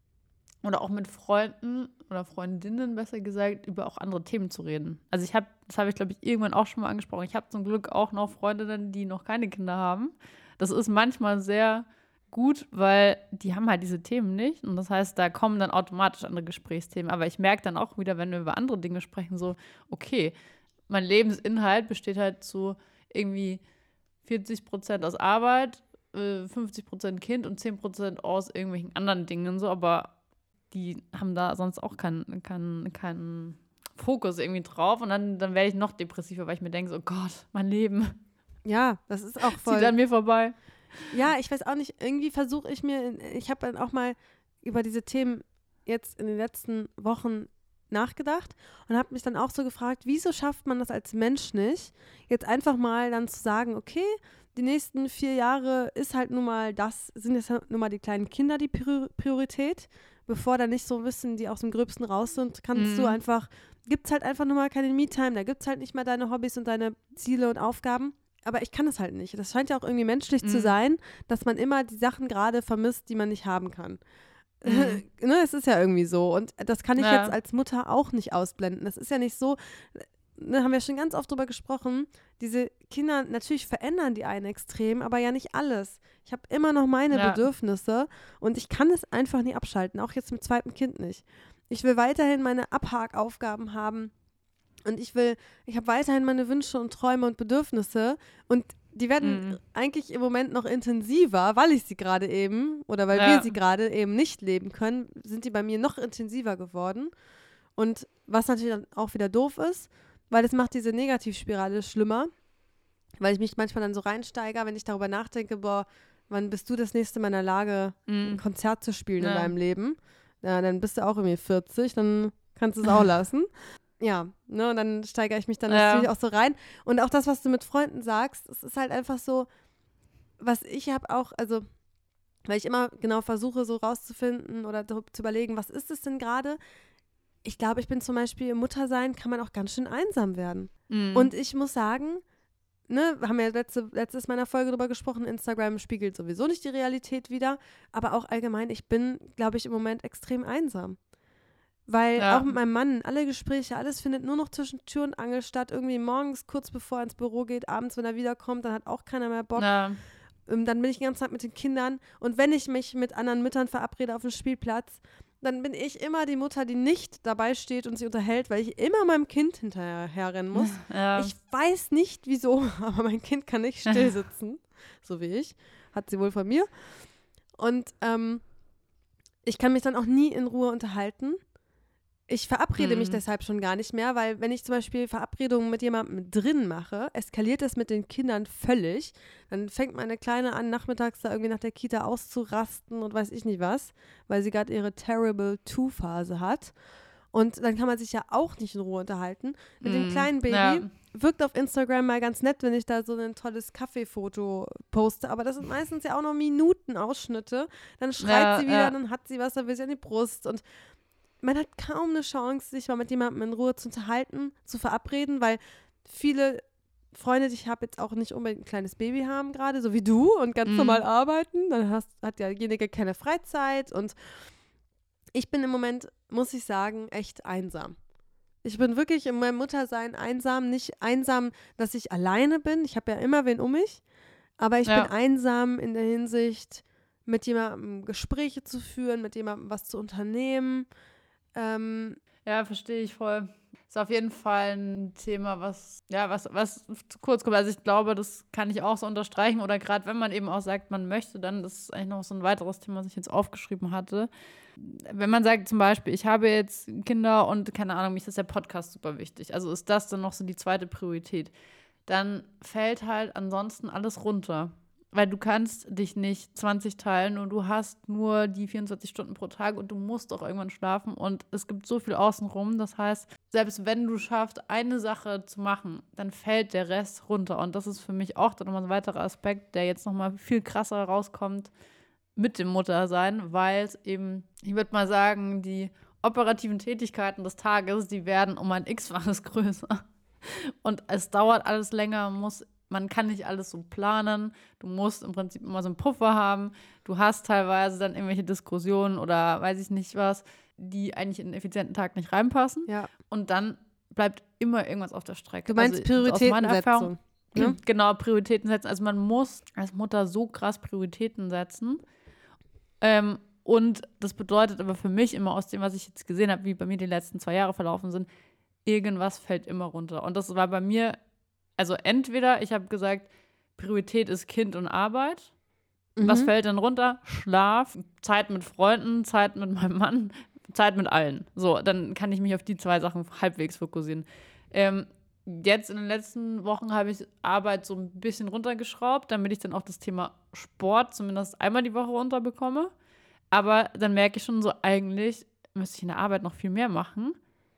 oder auch mit Freunden oder Freundinnen, besser gesagt, über auch andere Themen zu reden. Also ich habe, das habe ich, glaube ich, irgendwann auch schon mal angesprochen. Ich habe zum Glück auch noch Freundinnen, die noch keine Kinder haben. Das ist manchmal sehr gut, weil die haben halt diese Themen nicht. Und das heißt, da kommen dann automatisch andere Gesprächsthemen. Aber ich merke dann auch wieder, wenn wir über andere Dinge sprechen, so, okay, mein Lebensinhalt besteht halt zu irgendwie vierzig Prozent aus Arbeit, fünfzig Prozent Kind und zehn Prozent aus irgendwelchen anderen Dingen. So, aber die haben da sonst auch keinen kein, kein Fokus irgendwie drauf. Und dann, dann werde ich noch depressiver, weil ich mir denke, so, oh Gott, mein Leben. Ja, das ist auch voll. Zieht an mir vorbei. Ja, ich weiß auch nicht, irgendwie versuche ich mir, ich habe dann auch mal über diese Themen jetzt in den letzten Wochen nachgedacht und habe mich dann auch so gefragt, wieso schafft man das als Mensch nicht, jetzt einfach mal dann zu sagen, okay, die nächsten vier Jahre ist halt nun mal das, sind jetzt halt nun mal die kleinen Kinder die Priorität, bevor da nicht so ein bisschen die aus dem Gröbsten raus sind, kannst mhm. du einfach, gibt es halt einfach nur mal keine Me-Time, da gibt es halt nicht mehr deine Hobbys und deine Ziele und Aufgaben. Aber ich kann es halt nicht. Das scheint ja auch irgendwie menschlich mhm. zu sein, dass man immer die Sachen gerade vermisst, die man nicht haben kann. Mhm. Ne, es ist ja irgendwie so. Und das kann ich ja. jetzt als Mutter auch nicht ausblenden. Das ist ja nicht so, ne, haben wir schon ganz oft drüber gesprochen, diese Kinder, natürlich verändern die einen extrem, aber ja nicht alles. Ich habe immer noch meine ja. Bedürfnisse und ich kann es einfach nie abschalten, auch jetzt mit zweitem Kind nicht. Ich will weiterhin meine Abhakaufgaben haben. Und ich will, ich habe weiterhin meine Wünsche und Träume und Bedürfnisse und die werden mm. eigentlich im Moment noch intensiver, weil ich sie gerade eben oder weil ja. wir sie gerade eben nicht leben können, sind die bei mir noch intensiver geworden. Und was natürlich dann auch wieder doof ist, weil das macht diese Negativspirale schlimmer, weil ich mich manchmal dann so reinsteige, wenn ich darüber nachdenke, boah, wann bist du das nächste Mal in der Lage, mm. ein Konzert zu spielen ja. in deinem Leben? Ja, dann bist du auch irgendwie vierzig, dann kannst du es auch lassen. Ja, ne, und dann steigere ich mich dann ja. natürlich auch so rein. Und auch das, was du mit Freunden sagst, es ist halt einfach so, was ich habe auch, also, weil ich immer genau versuche, so rauszufinden oder zu überlegen, was ist es denn gerade? Ich glaube, ich bin zum Beispiel im Muttersein, kann man auch ganz schön einsam werden. Mhm. Und ich muss sagen, ne, wir haben ja letzte, letztes Mal in der Folge drüber gesprochen, Instagram spiegelt sowieso nicht die Realität wider, aber auch allgemein, ich bin, glaube ich, im Moment extrem einsam. Weil ja. auch mit meinem Mann, alle Gespräche, alles findet nur noch zwischen Tür und Angel statt. Irgendwie morgens, kurz bevor er ins Büro geht, abends, wenn er wiederkommt, dann hat auch keiner mehr Bock. Ja. Ähm, dann bin ich die ganze Zeit mit den Kindern. Und wenn ich mich mit anderen Müttern verabrede auf dem Spielplatz, dann bin ich immer die Mutter, die nicht dabei steht und sich unterhält, weil ich immer meinem Kind hinterher rennen muss. Ja. Ich weiß nicht, wieso, aber mein Kind kann nicht still sitzen, so wie ich. Hat sie wohl von mir. Und ähm, ich kann mich dann auch nie in Ruhe unterhalten. Ich verabrede hm. mich deshalb schon gar nicht mehr, weil wenn ich zum Beispiel Verabredungen mit jemandem drin mache, eskaliert das mit den Kindern völlig. Dann fängt meine Kleine an, nachmittags da irgendwie nach der Kita auszurasten und weiß ich nicht was, weil sie gerade ihre Terrible Two-Phase hat. Und dann kann man sich ja auch nicht in Ruhe unterhalten. Mit hm. dem kleinen Baby ja. wirkt auf Instagram mal ganz nett, wenn ich da so ein tolles Kaffeefoto poste, aber das sind meistens ja auch noch Minutenausschnitte. Dann schreit ja, sie wieder, ja. dann hat sie was, dann will sie an die Brust und man hat kaum eine Chance, sich mal mit jemandem in Ruhe zu unterhalten, zu verabreden, weil viele Freunde, die ich habe, jetzt auch nicht unbedingt ein kleines Baby haben gerade, so wie du, und ganz mm. normal arbeiten. Dann hast, hat derjenige keine Freizeit und ich bin im Moment, muss ich sagen, echt einsam. Ich bin wirklich in meinem Muttersein einsam, nicht einsam, dass ich alleine bin. Ich habe ja immer wen um mich, aber ich ja. bin einsam in der Hinsicht, mit jemandem Gespräche zu führen, mit jemandem was zu unternehmen. Ähm, ja, verstehe ich voll. ist auf jeden Fall ein Thema, was, ja, was, was zu kurz kommt. Also ich glaube, das kann ich auch so unterstreichen. Oder gerade wenn man eben auch sagt, man möchte, dann, das ist eigentlich noch so ein weiteres Thema, was ich jetzt aufgeschrieben hatte. Wenn man sagt zum Beispiel, ich habe jetzt Kinder und keine Ahnung, mich ist der Podcast super wichtig. Also ist das dann noch so die zweite Priorität. Dann fällt halt ansonsten alles runter. Weil du kannst dich nicht zwanzig teilen und du hast nur die vierundzwanzig Stunden pro Tag und du musst auch irgendwann schlafen und es gibt so viel außenrum. Das heißt, selbst wenn du schaffst, eine Sache zu machen, dann fällt der Rest runter. Und das ist für mich auch dann nochmal ein weiterer Aspekt, der jetzt nochmal viel krasser rauskommt mit dem Muttersein, weil es eben, ich würde mal sagen, die operativen Tätigkeiten des Tages, die werden um ein X-faches größer. Und es dauert alles länger, muss Man kann nicht alles so planen. Du musst im Prinzip immer so einen Puffer haben. Du hast teilweise dann irgendwelche Diskussionen oder weiß ich nicht was, die eigentlich in einen effizienten Tag nicht reinpassen. Ja. Und dann bleibt immer irgendwas auf der Strecke. Du meinst also, Prioritätensetzung. Ne? Genau, Prioritäten setzen. Also man muss als Mutter so krass Prioritäten setzen. Ähm, und das bedeutet aber für mich immer aus dem, was ich jetzt gesehen habe, wie bei mir die letzten zwei Jahre verlaufen sind, irgendwas fällt immer runter. Und das war bei mir Also entweder, ich habe gesagt, Priorität ist Kind und Arbeit. Mhm. Was fällt denn runter? Schlaf, Zeit mit Freunden, Zeit mit meinem Mann, Zeit mit allen. So, dann kann ich mich auf die zwei Sachen halbwegs fokussieren. Ähm, jetzt in den letzten Wochen habe ich Arbeit so ein bisschen runtergeschraubt, damit ich dann auch das Thema Sport zumindest einmal die Woche runterbekomme. Aber dann merke ich schon so, eigentlich müsste ich in der Arbeit noch viel mehr machen.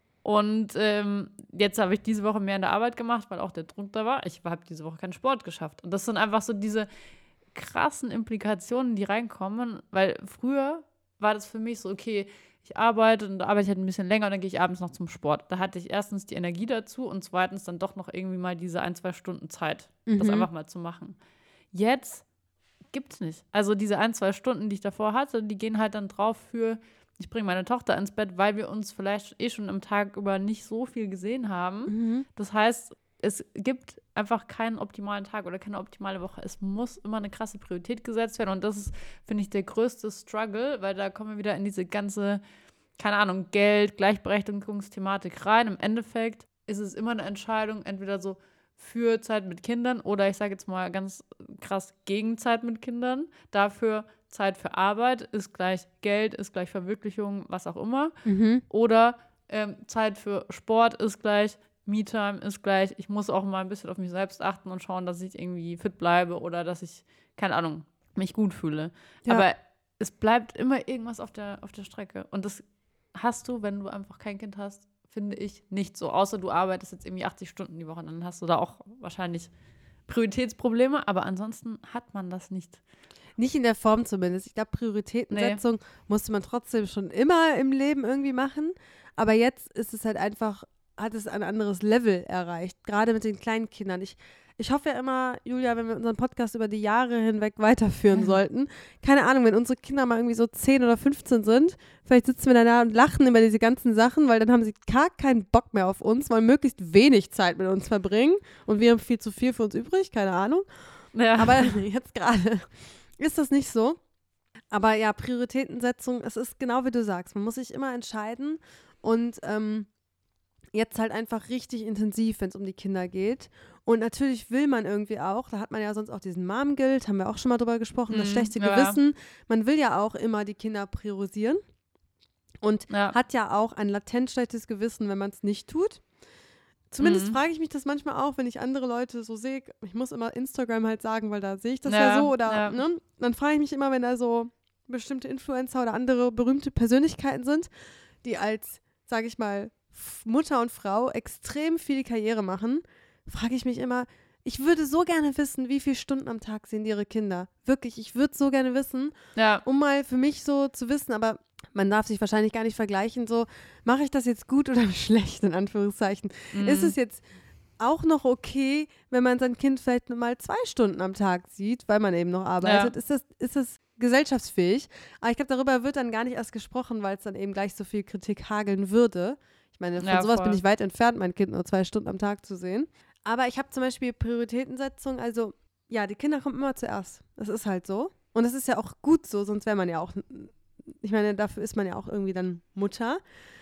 Und ähm, jetzt habe ich diese Woche mehr in der Arbeit gemacht, weil auch der Druck da war. Ich habe diese Woche keinen Sport geschafft. Und das sind einfach so diese krassen Implikationen, die reinkommen. Weil früher war das für mich so, okay, ich arbeite und arbeite halt ein bisschen länger und dann gehe ich abends noch zum Sport. Da hatte ich erstens die Energie dazu und zweitens dann doch noch irgendwie mal diese ein, zwei Stunden Zeit, mhm. das einfach mal zu machen. Jetzt gibt's nicht. Also diese ein, zwei Stunden, die ich davor hatte, die gehen halt dann drauf für ich bringe meine Tochter ins Bett, weil wir uns vielleicht eh schon am Tag über nicht so viel gesehen haben. Mhm. Das heißt, es gibt einfach keinen optimalen Tag oder keine optimale Woche. Es muss immer eine krasse Priorität gesetzt werden. Und das ist, finde ich, der größte Struggle, weil da kommen wir wieder in diese ganze, keine Ahnung, Geld, Gleichberechtigungsthematik rein. Im Endeffekt ist es immer eine Entscheidung, entweder so für Zeit mit Kindern oder ich sage jetzt mal ganz krass gegen Zeit mit Kindern. Dafür Zeit für Arbeit ist gleich Geld, ist gleich Verwirklichung, was auch immer. Mhm. Oder ähm, Zeit für Sport ist gleich Me-Time, ist gleich, ich muss auch mal ein bisschen auf mich selbst achten und schauen, dass ich irgendwie fit bleibe oder dass ich, keine Ahnung, mich gut fühle. Ja. Aber es bleibt immer irgendwas auf der, auf der Strecke. Und das hast du, wenn du einfach kein Kind hast, finde ich, nicht so. Außer du arbeitest jetzt irgendwie achtzig Stunden die Woche, dann hast du da auch wahrscheinlich Prioritätsprobleme. Aber ansonsten hat man das nicht. Nicht in der Form zumindest. Ich glaube, Prioritätensetzung nee. musste man trotzdem schon immer im Leben irgendwie machen. Aber jetzt ist es halt einfach, hat es ein anderes Level erreicht. Gerade mit den kleinen Kindern. Ich, ich hoffe ja immer, Julia, wenn wir unseren Podcast über die Jahre hinweg weiterführen ja. sollten, keine Ahnung, wenn unsere Kinder mal irgendwie so zehn oder fünfzehn sind, vielleicht sitzen wir da und lachen über diese ganzen Sachen, weil dann haben sie gar keinen Bock mehr auf uns, wollen möglichst wenig Zeit mit uns verbringen und wir haben viel zu viel für uns übrig, keine Ahnung. Ja. Aber jetzt gerade ist das nicht so. Aber ja, Prioritätensetzung, es ist genau wie du sagst, man muss sich immer entscheiden und ähm, jetzt halt einfach richtig intensiv, wenn es um die Kinder geht. Und natürlich will man irgendwie auch, da hat man ja sonst auch diesen Mom-Guilt, haben wir auch schon mal drüber gesprochen, mm, das schlechte ja. Gewissen. Man will ja auch immer die Kinder priorisieren und ja. hat ja auch ein latent schlechtes Gewissen, wenn man es nicht tut. Zumindest mhm. frage ich mich das manchmal auch, wenn ich andere Leute so sehe. Ich muss immer Instagram halt sagen, weil da sehe ich das ja, ja so. Oder, ja. Ne? Dann frage ich mich immer, wenn da so bestimmte Influencer oder andere berühmte Persönlichkeiten sind, die als, sage ich mal, Mutter und Frau extrem viel Karriere machen, frage ich mich immer, ich würde so gerne wissen, wie viele Stunden am Tag sehen ihre Kinder. Wirklich, ich würde so gerne wissen, ja. um mal für mich so zu wissen, aber man darf sich wahrscheinlich gar nicht vergleichen, so, mache ich das jetzt gut oder schlecht, in Anführungszeichen. Mhm. Ist es jetzt auch noch okay, wenn man sein Kind vielleicht nur mal zwei Stunden am Tag sieht, weil man eben noch arbeitet? Ja. Ist das, ist das gesellschaftsfähig? Aber ich glaube, darüber wird dann gar nicht erst gesprochen, weil es dann eben gleich so viel Kritik hageln würde. Ich meine, von ja, sowas voll. bin ich weit entfernt, mein Kind nur zwei Stunden am Tag zu sehen. Aber ich habe zum Beispiel Prioritätensetzung, also ja, die Kinder kommen immer zuerst. Das ist halt so. Und das ist ja auch gut so, sonst wäre man ja auch, ich meine, dafür ist man ja auch irgendwie dann Mutter.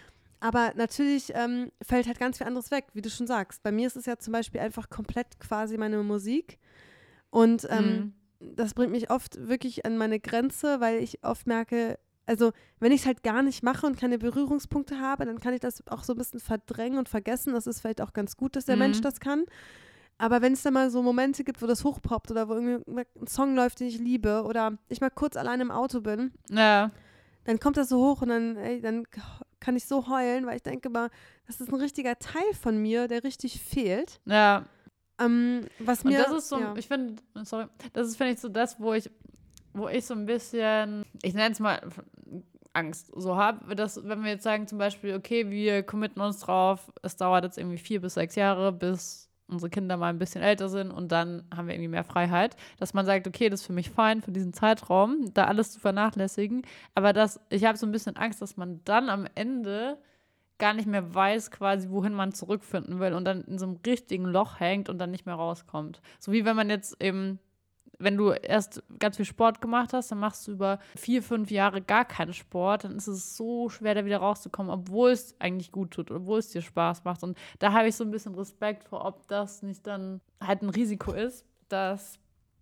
Aber natürlich ähm, fällt halt ganz viel anderes weg, wie du schon sagst. Bei mir ist es ja zum Beispiel einfach komplett quasi meine Musik. Und ähm, mhm. das bringt mich oft wirklich an meine Grenze, weil ich oft merke, also wenn ich es halt gar nicht mache und keine Berührungspunkte habe, dann kann ich das auch so ein bisschen verdrängen und vergessen. Das ist vielleicht auch ganz gut, dass der mhm. Mensch das kann. Aber wenn es dann mal so Momente gibt, wo das hochpoppt oder wo irgendwie ein Song läuft, den ich liebe oder ich mal kurz allein im Auto bin, ja. dann kommt das so hoch und dann, ey, dann kann ich so heulen, weil ich denke mal, das ist ein richtiger Teil von mir, der richtig fehlt. Ja. Ähm, was mir, und das ist so, ja. ich finde, sorry, das ist, finde ich, so das, wo ich, wo ich so ein bisschen, ich nenne es mal Angst so habe, dass, wenn wir jetzt sagen zum Beispiel, okay, wir committen uns drauf, es dauert jetzt irgendwie vier bis sechs Jahre, bis unsere Kinder mal ein bisschen älter sind und dann haben wir irgendwie mehr Freiheit, dass man sagt, okay, das ist für mich fein, für diesen Zeitraum, da alles zu vernachlässigen, aber das, ich habe so ein bisschen Angst, dass man dann am Ende gar nicht mehr weiß quasi, wohin man zurückfinden will und dann in so einem richtigen Loch hängt und dann nicht mehr rauskommt. So wie wenn man jetzt eben, wenn du erst ganz viel Sport gemacht hast, dann machst du über vier, fünf Jahre gar keinen Sport, dann ist es so schwer, da wieder rauszukommen, obwohl es eigentlich gut tut, obwohl es dir Spaß macht. Und da habe ich so ein bisschen Respekt vor, ob das nicht dann halt ein Risiko ist, dass,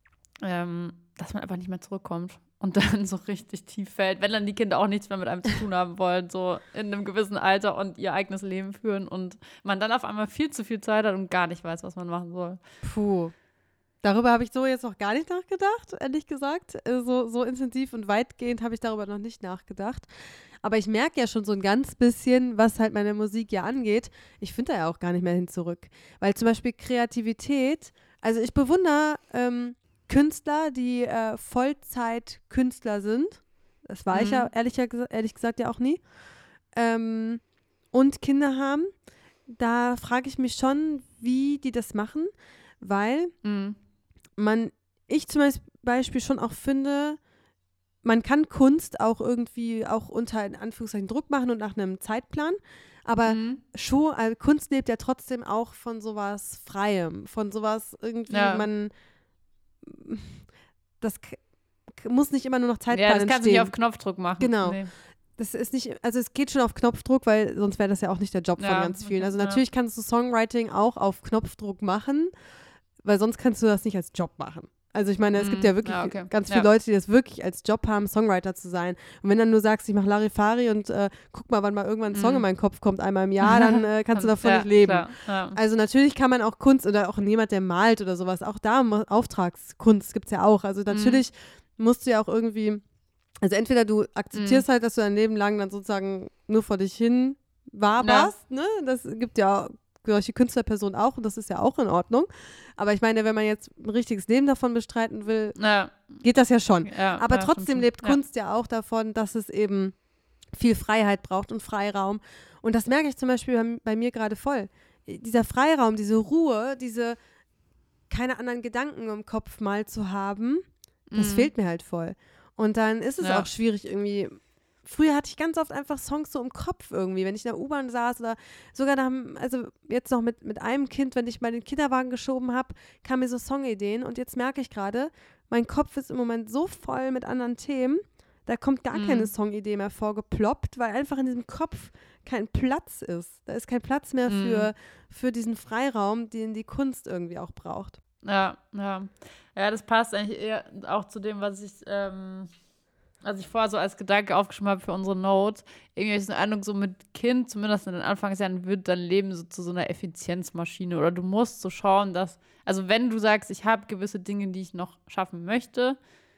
ähm, dass man einfach nicht mehr zurückkommt und dann so richtig tief fällt, wenn dann die Kinder auch nichts mehr mit einem zu tun haben wollen, so in einem gewissen Alter und ihr eigenes Leben führen und man dann auf einmal viel zu viel Zeit hat und gar nicht weiß, was man machen soll. Puh. Darüber habe ich so jetzt noch gar nicht nachgedacht, ehrlich gesagt. So, so intensiv und weitgehend habe ich darüber noch nicht nachgedacht. Aber ich merke ja schon so ein ganz bisschen, was halt meine Musik ja angeht. Ich finde da ja auch gar nicht mehr hin zurück. Weil zum Beispiel Kreativität, also ich bewundere ähm, Künstler, die äh, Vollzeit-Künstler sind. Das war mhm. ich ja ehrlich, ehrlich gesagt ja auch nie. Ähm, und Kinder haben. Da frage ich mich schon, wie die das machen. Weil mhm. man, ich zum Beispiel schon auch finde, man kann Kunst auch irgendwie auch unter in Anführungszeichen Druck machen und nach einem Zeitplan, aber mhm. schon, also Kunst lebt ja trotzdem auch von sowas Freiem, von sowas irgendwie, ja. man, das k- muss nicht immer nur noch Zeitplan entstehen. Ja, das kannst du nicht auf Knopfdruck machen. Genau. Nee. Das ist nicht, also es geht schon auf Knopfdruck, weil sonst wäre das ja auch nicht der Job ja, von ganz vielen. Also ja. natürlich kannst du Songwriting auch auf Knopfdruck machen, weil sonst kannst du das nicht als Job machen. Also ich meine, es gibt ja wirklich ja, okay. ganz viele ja. Leute, die das wirklich als Job haben, Songwriter zu sein. Und wenn dann nur sagst, ich mache Larifari und äh, guck mal, wann mal irgendwann ein Song mm. in meinen Kopf kommt, einmal im Jahr, dann äh, kannst du davon ja, nicht leben. Ja. Also natürlich kann man auch Kunst oder auch jemand, der malt oder sowas, auch da Auftragskunst gibt es ja auch. Also natürlich mm. musst du ja auch irgendwie, also entweder du akzeptierst mm. halt, dass du dein Leben lang dann sozusagen nur vor dich hin waberst, ja. ne? Das gibt ja solche Künstlerpersonen auch und das ist ja auch in Ordnung. Aber ich meine, wenn man jetzt ein richtiges Leben davon bestreiten will, ja. geht das ja schon. Ja, Aber ja, trotzdem lebt ja. Kunst ja auch davon, dass es eben viel Freiheit braucht und Freiraum. Und das merke ich zum Beispiel bei, bei mir gerade voll. Dieser Freiraum, diese Ruhe, diese keine anderen Gedanken im Kopf mal zu haben, das mhm. fehlt mir halt voll. Und dann ist es ja. auch schwierig irgendwie. Früher hatte ich ganz oft einfach Songs so im Kopf irgendwie, wenn ich in der U-Bahn saß oder sogar da, also jetzt noch mit, mit einem Kind, wenn ich mal den Kinderwagen geschoben habe, kamen mir so Songideen und jetzt merke ich gerade, mein Kopf ist im Moment so voll mit anderen Themen, da kommt gar mhm. keine Songidee mehr vorgeploppt, weil einfach in diesem Kopf kein Platz ist. Da ist kein Platz mehr mhm. für, für diesen Freiraum, den die Kunst irgendwie auch braucht. Ja, ja. Ja, das passt eigentlich eher auch zu dem, was ich ähm also ich vorher so als Gedanke aufgeschrieben habe für unsere Notes, irgendwie ist eine Ahnung, so mit Kind, zumindest in den Anfangsjahren, wird dein Leben so zu so einer Effizienzmaschine oder du musst so schauen, dass, also wenn du sagst, ich habe gewisse Dinge, die ich noch schaffen möchte,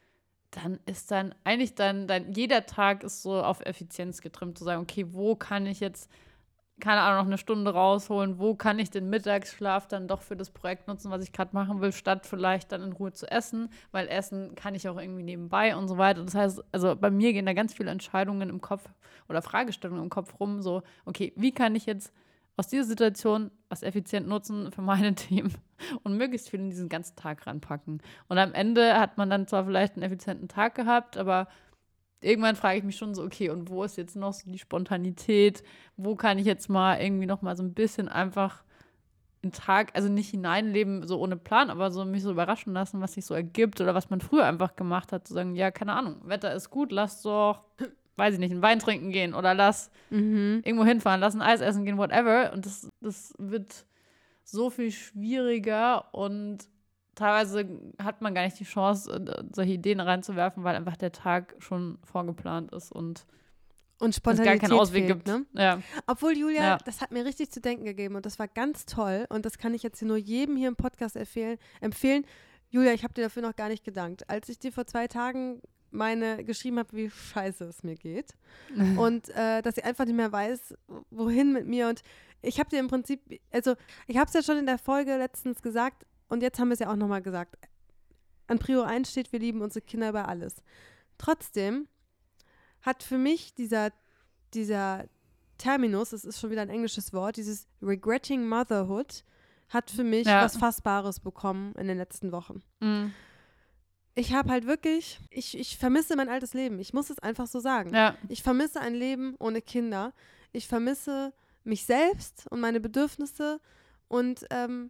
dann ist dann eigentlich dann, dann jeder Tag ist so auf Effizienz getrimmt, zu sagen, okay, wo kann ich jetzt keine Ahnung, noch eine Stunde rausholen, wo kann ich den Mittagsschlaf dann doch für das Projekt nutzen, was ich gerade machen will, statt vielleicht dann in Ruhe zu essen, weil Essen kann ich auch irgendwie nebenbei und so weiter. Das heißt, also bei mir gehen da ganz viele Entscheidungen im Kopf oder Fragestellungen im Kopf rum, so, okay, wie kann ich jetzt aus dieser Situation was effizient nutzen für meine Themen und möglichst viel in diesen ganzen Tag ranpacken. Und am Ende hat man dann zwar vielleicht einen effizienten Tag gehabt, aber irgendwann frage ich mich schon so, okay, und wo ist jetzt noch so die Spontanität? Wo kann ich jetzt mal irgendwie noch mal so ein bisschen einfach einen Tag, also nicht hineinleben, so ohne Plan, aber so mich so überraschen lassen, was sich so ergibt oder was man früher einfach gemacht hat, zu sagen, ja, keine Ahnung, Wetter ist gut, lass doch weiß ich nicht, einen Wein trinken gehen oder lass Mhm. irgendwo hinfahren, lass ein Eis essen gehen, whatever. Und das, das wird so viel schwieriger und teilweise hat man gar nicht die Chance, solche Ideen reinzuwerfen, weil einfach der Tag schon vorgeplant ist und Und es Spontanität gar keinen Ausweg fehlt, gibt. ne? Ja. Obwohl, Julia, Ja. das hat mir richtig zu denken gegeben und das war ganz toll und das kann ich jetzt hier nur jedem hier im Podcast empfehlen. empfehlen. Julia, ich habe dir dafür noch gar nicht gedankt. Als ich dir vor zwei Tagen meine geschrieben habe, wie scheiße es mir geht und äh, dass ich einfach nicht mehr weiß, wohin mit mir und ich habe dir im Prinzip, also ich habe es ja schon in der Folge letztens gesagt und jetzt haben wir es ja auch nochmal gesagt. An Prio eins steht, wir lieben unsere Kinder über alles. Trotzdem hat für mich dieser, dieser Terminus, das ist schon wieder ein englisches Wort, dieses Regretting Motherhood, hat für mich Ja. was Fassbares bekommen in den letzten Wochen. Mhm. Ich habe halt wirklich, ich, ich vermisse mein altes Leben. Ich muss es einfach so sagen. Ja. Ich vermisse ein Leben ohne Kinder. Ich vermisse mich selbst und meine Bedürfnisse. Und ähm,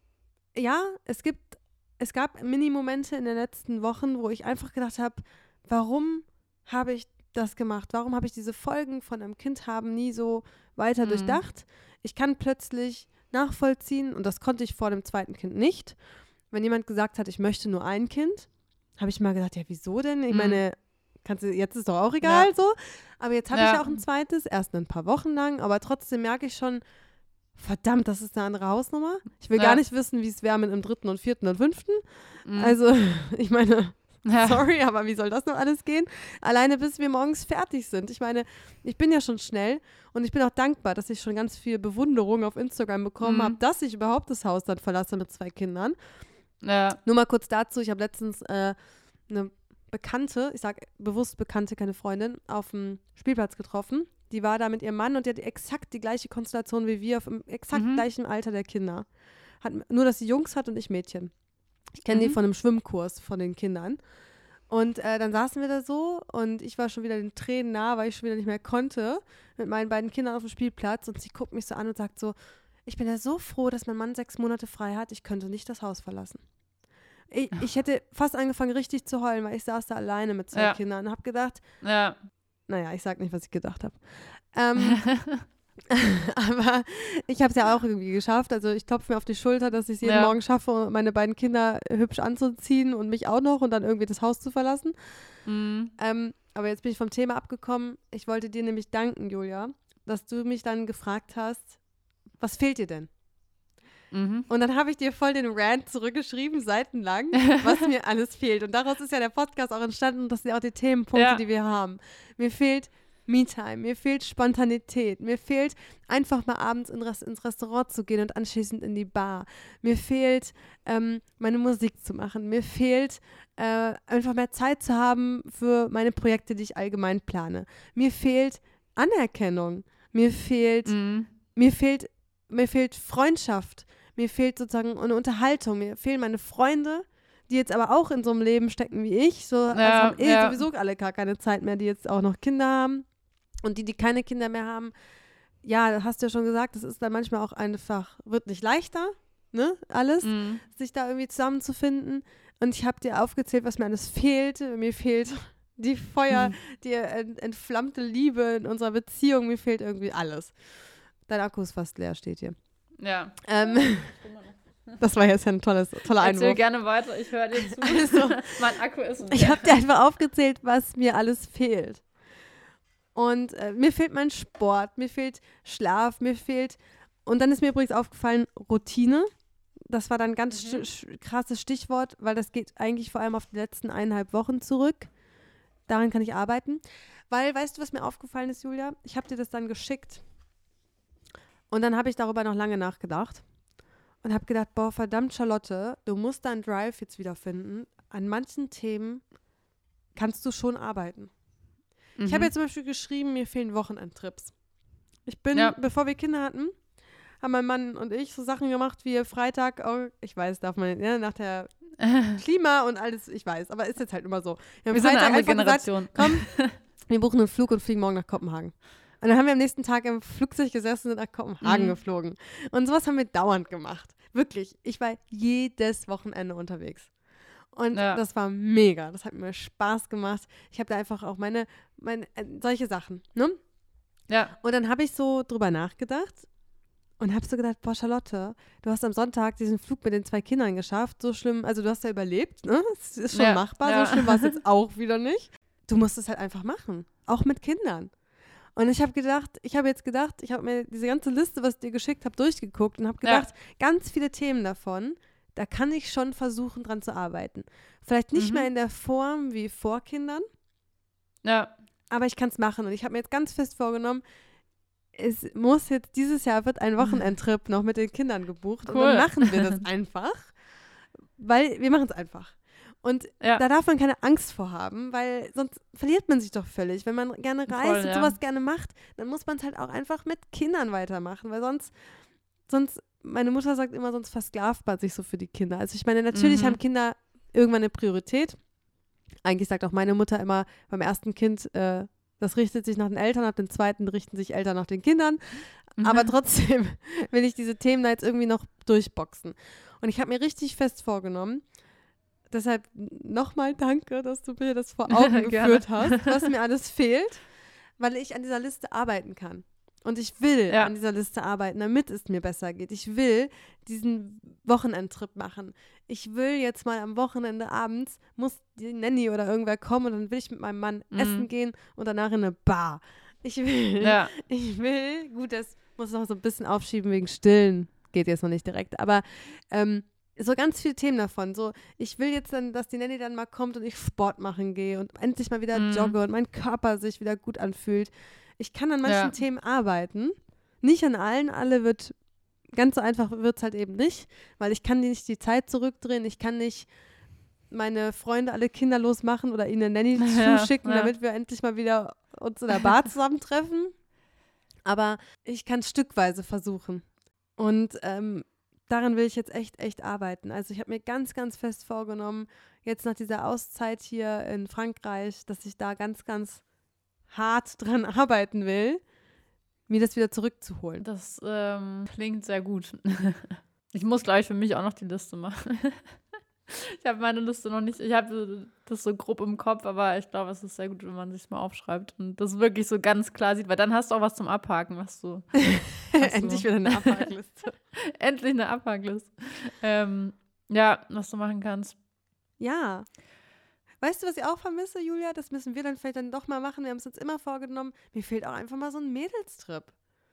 ja, es gibt, es gab Mini-Momente in den letzten Wochen, wo ich einfach gedacht habe, warum habe ich das gemacht? Warum habe ich diese Folgen von einem Kind haben nie so weiter Mhm. durchdacht? Ich kann plötzlich nachvollziehen, und das konnte ich vor dem zweiten Kind nicht, wenn jemand gesagt hat, ich möchte nur ein Kind, habe ich mal gedacht, ja, wieso denn? Ich Mhm. meine, kannst du, jetzt ist doch auch egal Ja. so. Aber jetzt habe Ja. ich ja auch ein zweites, erst ein paar Wochen lang, aber trotzdem merke ich schon, verdammt, das ist eine andere Hausnummer. Ich will Ja. gar nicht wissen, wie es wäre mit einem dritten und vierten und fünften. Mhm. Also, ich meine, ja. sorry, aber wie soll das noch alles gehen? Alleine bis wir morgens fertig sind. Ich meine, ich bin ja schon schnell und ich bin auch dankbar, dass ich schon ganz viel Bewunderung auf Instagram bekommen Mhm. habe, dass ich überhaupt das Haus dann verlasse mit zwei Kindern. Ja. Nur mal kurz dazu, ich habe letztens äh, eine Bekannte, ich sage bewusst Bekannte, keine Freundin, auf dem Spielplatz getroffen. Die war da mit ihrem Mann und die hat exakt die gleiche Konstellation wie wir, auf dem exakt Mhm. gleichen Alter der Kinder. Hat, nur, dass sie Jungs hat und ich Mädchen. Ich kenne die Mhm. von einem Schwimmkurs von den Kindern. Und äh, dann saßen wir da so und ich war schon wieder den Tränen nah, weil ich schon wieder nicht mehr konnte, mit meinen beiden Kindern auf dem Spielplatz. Und sie guckt mich so an und sagt so, ich bin ja so froh, dass mein Mann sechs Monate frei hat, ich könnte nicht das Haus verlassen. Ich, ich hätte fast angefangen, richtig zu heulen, weil ich saß da alleine mit zwei Ja. Kindern und habe gedacht, Ja. naja, ich sag nicht, was ich gedacht habe. Ähm, aber ich habe es ja auch irgendwie geschafft. Also ich klopfe mir auf die Schulter, dass ich es jeden Ja. Morgen schaffe, meine beiden Kinder hübsch anzuziehen und mich auch noch und dann irgendwie das Haus zu verlassen. Mhm. Ähm, aber jetzt bin ich vom Thema abgekommen. Ich wollte dir nämlich danken, Julia, dass du mich dann gefragt hast, was fehlt dir denn? Mhm. Und dann habe ich dir voll den Rant zurückgeschrieben, seitenlang, was mir alles fehlt. Und daraus ist ja der Podcast auch entstanden und das sind ja auch die Themenpunkte, Ja. die wir haben. Mir fehlt Me-Time, mir fehlt Spontanität, mir fehlt einfach mal abends in Res- ins Restaurant zu gehen und anschließend in die Bar. Mir fehlt, ähm, meine Musik zu machen. Mir fehlt, äh, einfach mehr Zeit zu haben für meine Projekte, die ich allgemein plane. Mir fehlt Anerkennung. Mir fehlt Mhm. mir fehlt, mir fehlt Freundschaft, mir fehlt sozusagen eine Unterhaltung, mir fehlen meine Freunde, die jetzt aber auch in so einem Leben stecken wie ich, so also Ja, haben eh ja. sowieso alle gar keine Zeit mehr, die jetzt auch noch Kinder haben und die, die keine Kinder mehr haben, ja, das hast du ja schon gesagt, das ist dann manchmal auch einfach, wird nicht leichter, ne, alles, Mhm. sich da irgendwie zusammenzufinden und ich habe dir aufgezählt, was mir alles fehlt, mir fehlt die Feuer, Mhm. die ent entflammte Liebe in unserer Beziehung, mir fehlt irgendwie alles. Dein Akku ist fast leer, steht hier. Ja. Ähm, das war jetzt ein tolles, toller Erzähl Einwurf. gerne weiter, ich höre dir zu. Also, mein Akku ist ich habe dir einfach aufgezählt, was mir alles fehlt. Und äh, mir fehlt mein Sport, mir fehlt Schlaf, mir fehlt, und dann ist mir übrigens aufgefallen, Routine. Das war dann ein ganz Mhm. sch- sch- krasses Stichwort, weil das geht eigentlich vor allem auf die letzten eineinhalb Wochen zurück. Daran kann ich arbeiten. Weil, weißt du, was mir aufgefallen ist, Julia? Ich habe dir das dann geschickt. Und dann habe ich darüber noch lange nachgedacht. Und habe gedacht, boah, verdammt, Charlotte, du musst deinen Drive jetzt wiederfinden. An manchen Themen kannst du schon arbeiten. Mhm. Ich habe jetzt zum Beispiel geschrieben, mir fehlen Wochenendtrips. Ich bin, Ja. bevor wir Kinder hatten, haben mein Mann und ich so Sachen gemacht wie Freitag, oh, ich weiß, darf man, ja, nach der Klima und alles, ich weiß, aber ist jetzt halt immer so. Wir haben Wir sind eine Freitag andere einfach gesagt, Generation. komm, wir buchen einen Flug und fliegen morgen nach Kopenhagen. Und dann haben wir am nächsten Tag im Flugzeug gesessen und sind nach Kopenhagen Mhm. geflogen. Und sowas haben wir dauernd gemacht. Wirklich. Ich war jedes Wochenende unterwegs. Und Ja. das war mega. Das hat mir Spaß gemacht. Ich habe da einfach auch meine, meine äh, solche Sachen, ne? Ja. Und dann habe ich so drüber nachgedacht und habe so gedacht, boah, Charlotte, du hast am Sonntag diesen Flug mit den zwei Kindern geschafft. So schlimm, also du hast ja überlebt, ne? Das ist schon Ja, machbar. ja. So schlimm war es jetzt auch wieder nicht. Du musst es halt einfach machen. Auch mit Kindern. Und ich habe gedacht, ich habe jetzt gedacht, ich habe mir diese ganze Liste, was ich dir geschickt habe, durchgeguckt und habe gedacht, Ja. ganz viele Themen davon, da kann ich schon versuchen, dran zu arbeiten. Vielleicht nicht Mhm. mehr in der Form wie vor Kindern, Ja. aber ich kann es machen. Und ich habe mir jetzt ganz fest vorgenommen, es muss jetzt, dieses Jahr wird ein Wochenendtrip noch mit den Kindern gebucht. Cool. Und dann machen wir das einfach, weil wir machen es einfach. Und Ja. da darf man keine Angst vor haben, weil sonst verliert man sich doch völlig. Wenn man gerne reist Voll, und ja. sowas gerne macht, dann muss man es halt auch einfach mit Kindern weitermachen, weil sonst, sonst, meine Mutter sagt immer, sonst versklavt man sich so für die Kinder. Also ich meine, natürlich Mhm. haben Kinder irgendwann eine Priorität. Eigentlich sagt auch meine Mutter immer beim ersten Kind, äh, das richtet sich nach den Eltern, ab dem zweiten richten sich Eltern nach den Kindern. Aber trotzdem will ich diese Themen da jetzt irgendwie noch durchboxen. Und ich habe mir richtig fest vorgenommen, deshalb nochmal danke, dass du mir das vor Augen geführt hast, was mir alles fehlt, weil ich an dieser Liste arbeiten kann. Und ich will Ja. an dieser Liste arbeiten, damit es mir besser geht. Ich will diesen Wochenendtrip machen. Ich will jetzt mal am Wochenende abends, muss die Nanny oder irgendwer kommen und dann will ich mit meinem Mann Mhm. essen gehen und danach in eine Bar. Ich will, Ja. ich will, gut, das muss ich noch so ein bisschen aufschieben wegen Stillen, geht jetzt noch nicht direkt, aber ähm, so ganz viele Themen davon. So, ich will jetzt dann, dass die Nanny dann mal kommt und ich Sport machen gehe und endlich mal wieder Mhm. jogge und mein Körper sich wieder gut anfühlt. Ich kann an manchen Ja. Themen arbeiten. Nicht an allen, alle wird, ganz so einfach wird es halt eben nicht, weil ich kann nicht die Zeit zurückdrehen, ich kann nicht meine Freunde alle kinderlos machen oder ihnen eine Nanny Ja, zuschicken, ja. damit wir endlich mal wieder uns in der Bar zusammentreffen. Aber ich kann es stückweise versuchen. Und ähm, daran will ich jetzt echt, echt arbeiten. Also ich habe mir ganz, ganz fest vorgenommen, jetzt nach dieser Auszeit hier in Frankreich, dass ich da ganz, ganz hart dran arbeiten will, mir das wieder zurückzuholen. Das ähm, klingt sehr gut. Ich muss, glaube ich, für mich auch noch die Liste machen. Ich habe meine Liste noch nicht, ich habe das so grob im Kopf, aber ich glaube, es ist sehr gut, wenn man sich mal aufschreibt und das wirklich so ganz klar sieht, weil dann hast du auch was zum Abhaken, was du. was Endlich du wieder eine Abhackliste. Endlich eine Abhackliste. Ähm, ja, was du machen kannst. Ja. Weißt du, was ich auch vermisse, Julia? Das müssen wir dann vielleicht dann doch mal machen. Wir haben es uns immer vorgenommen. Mir fehlt auch einfach mal so ein Mädelstrip.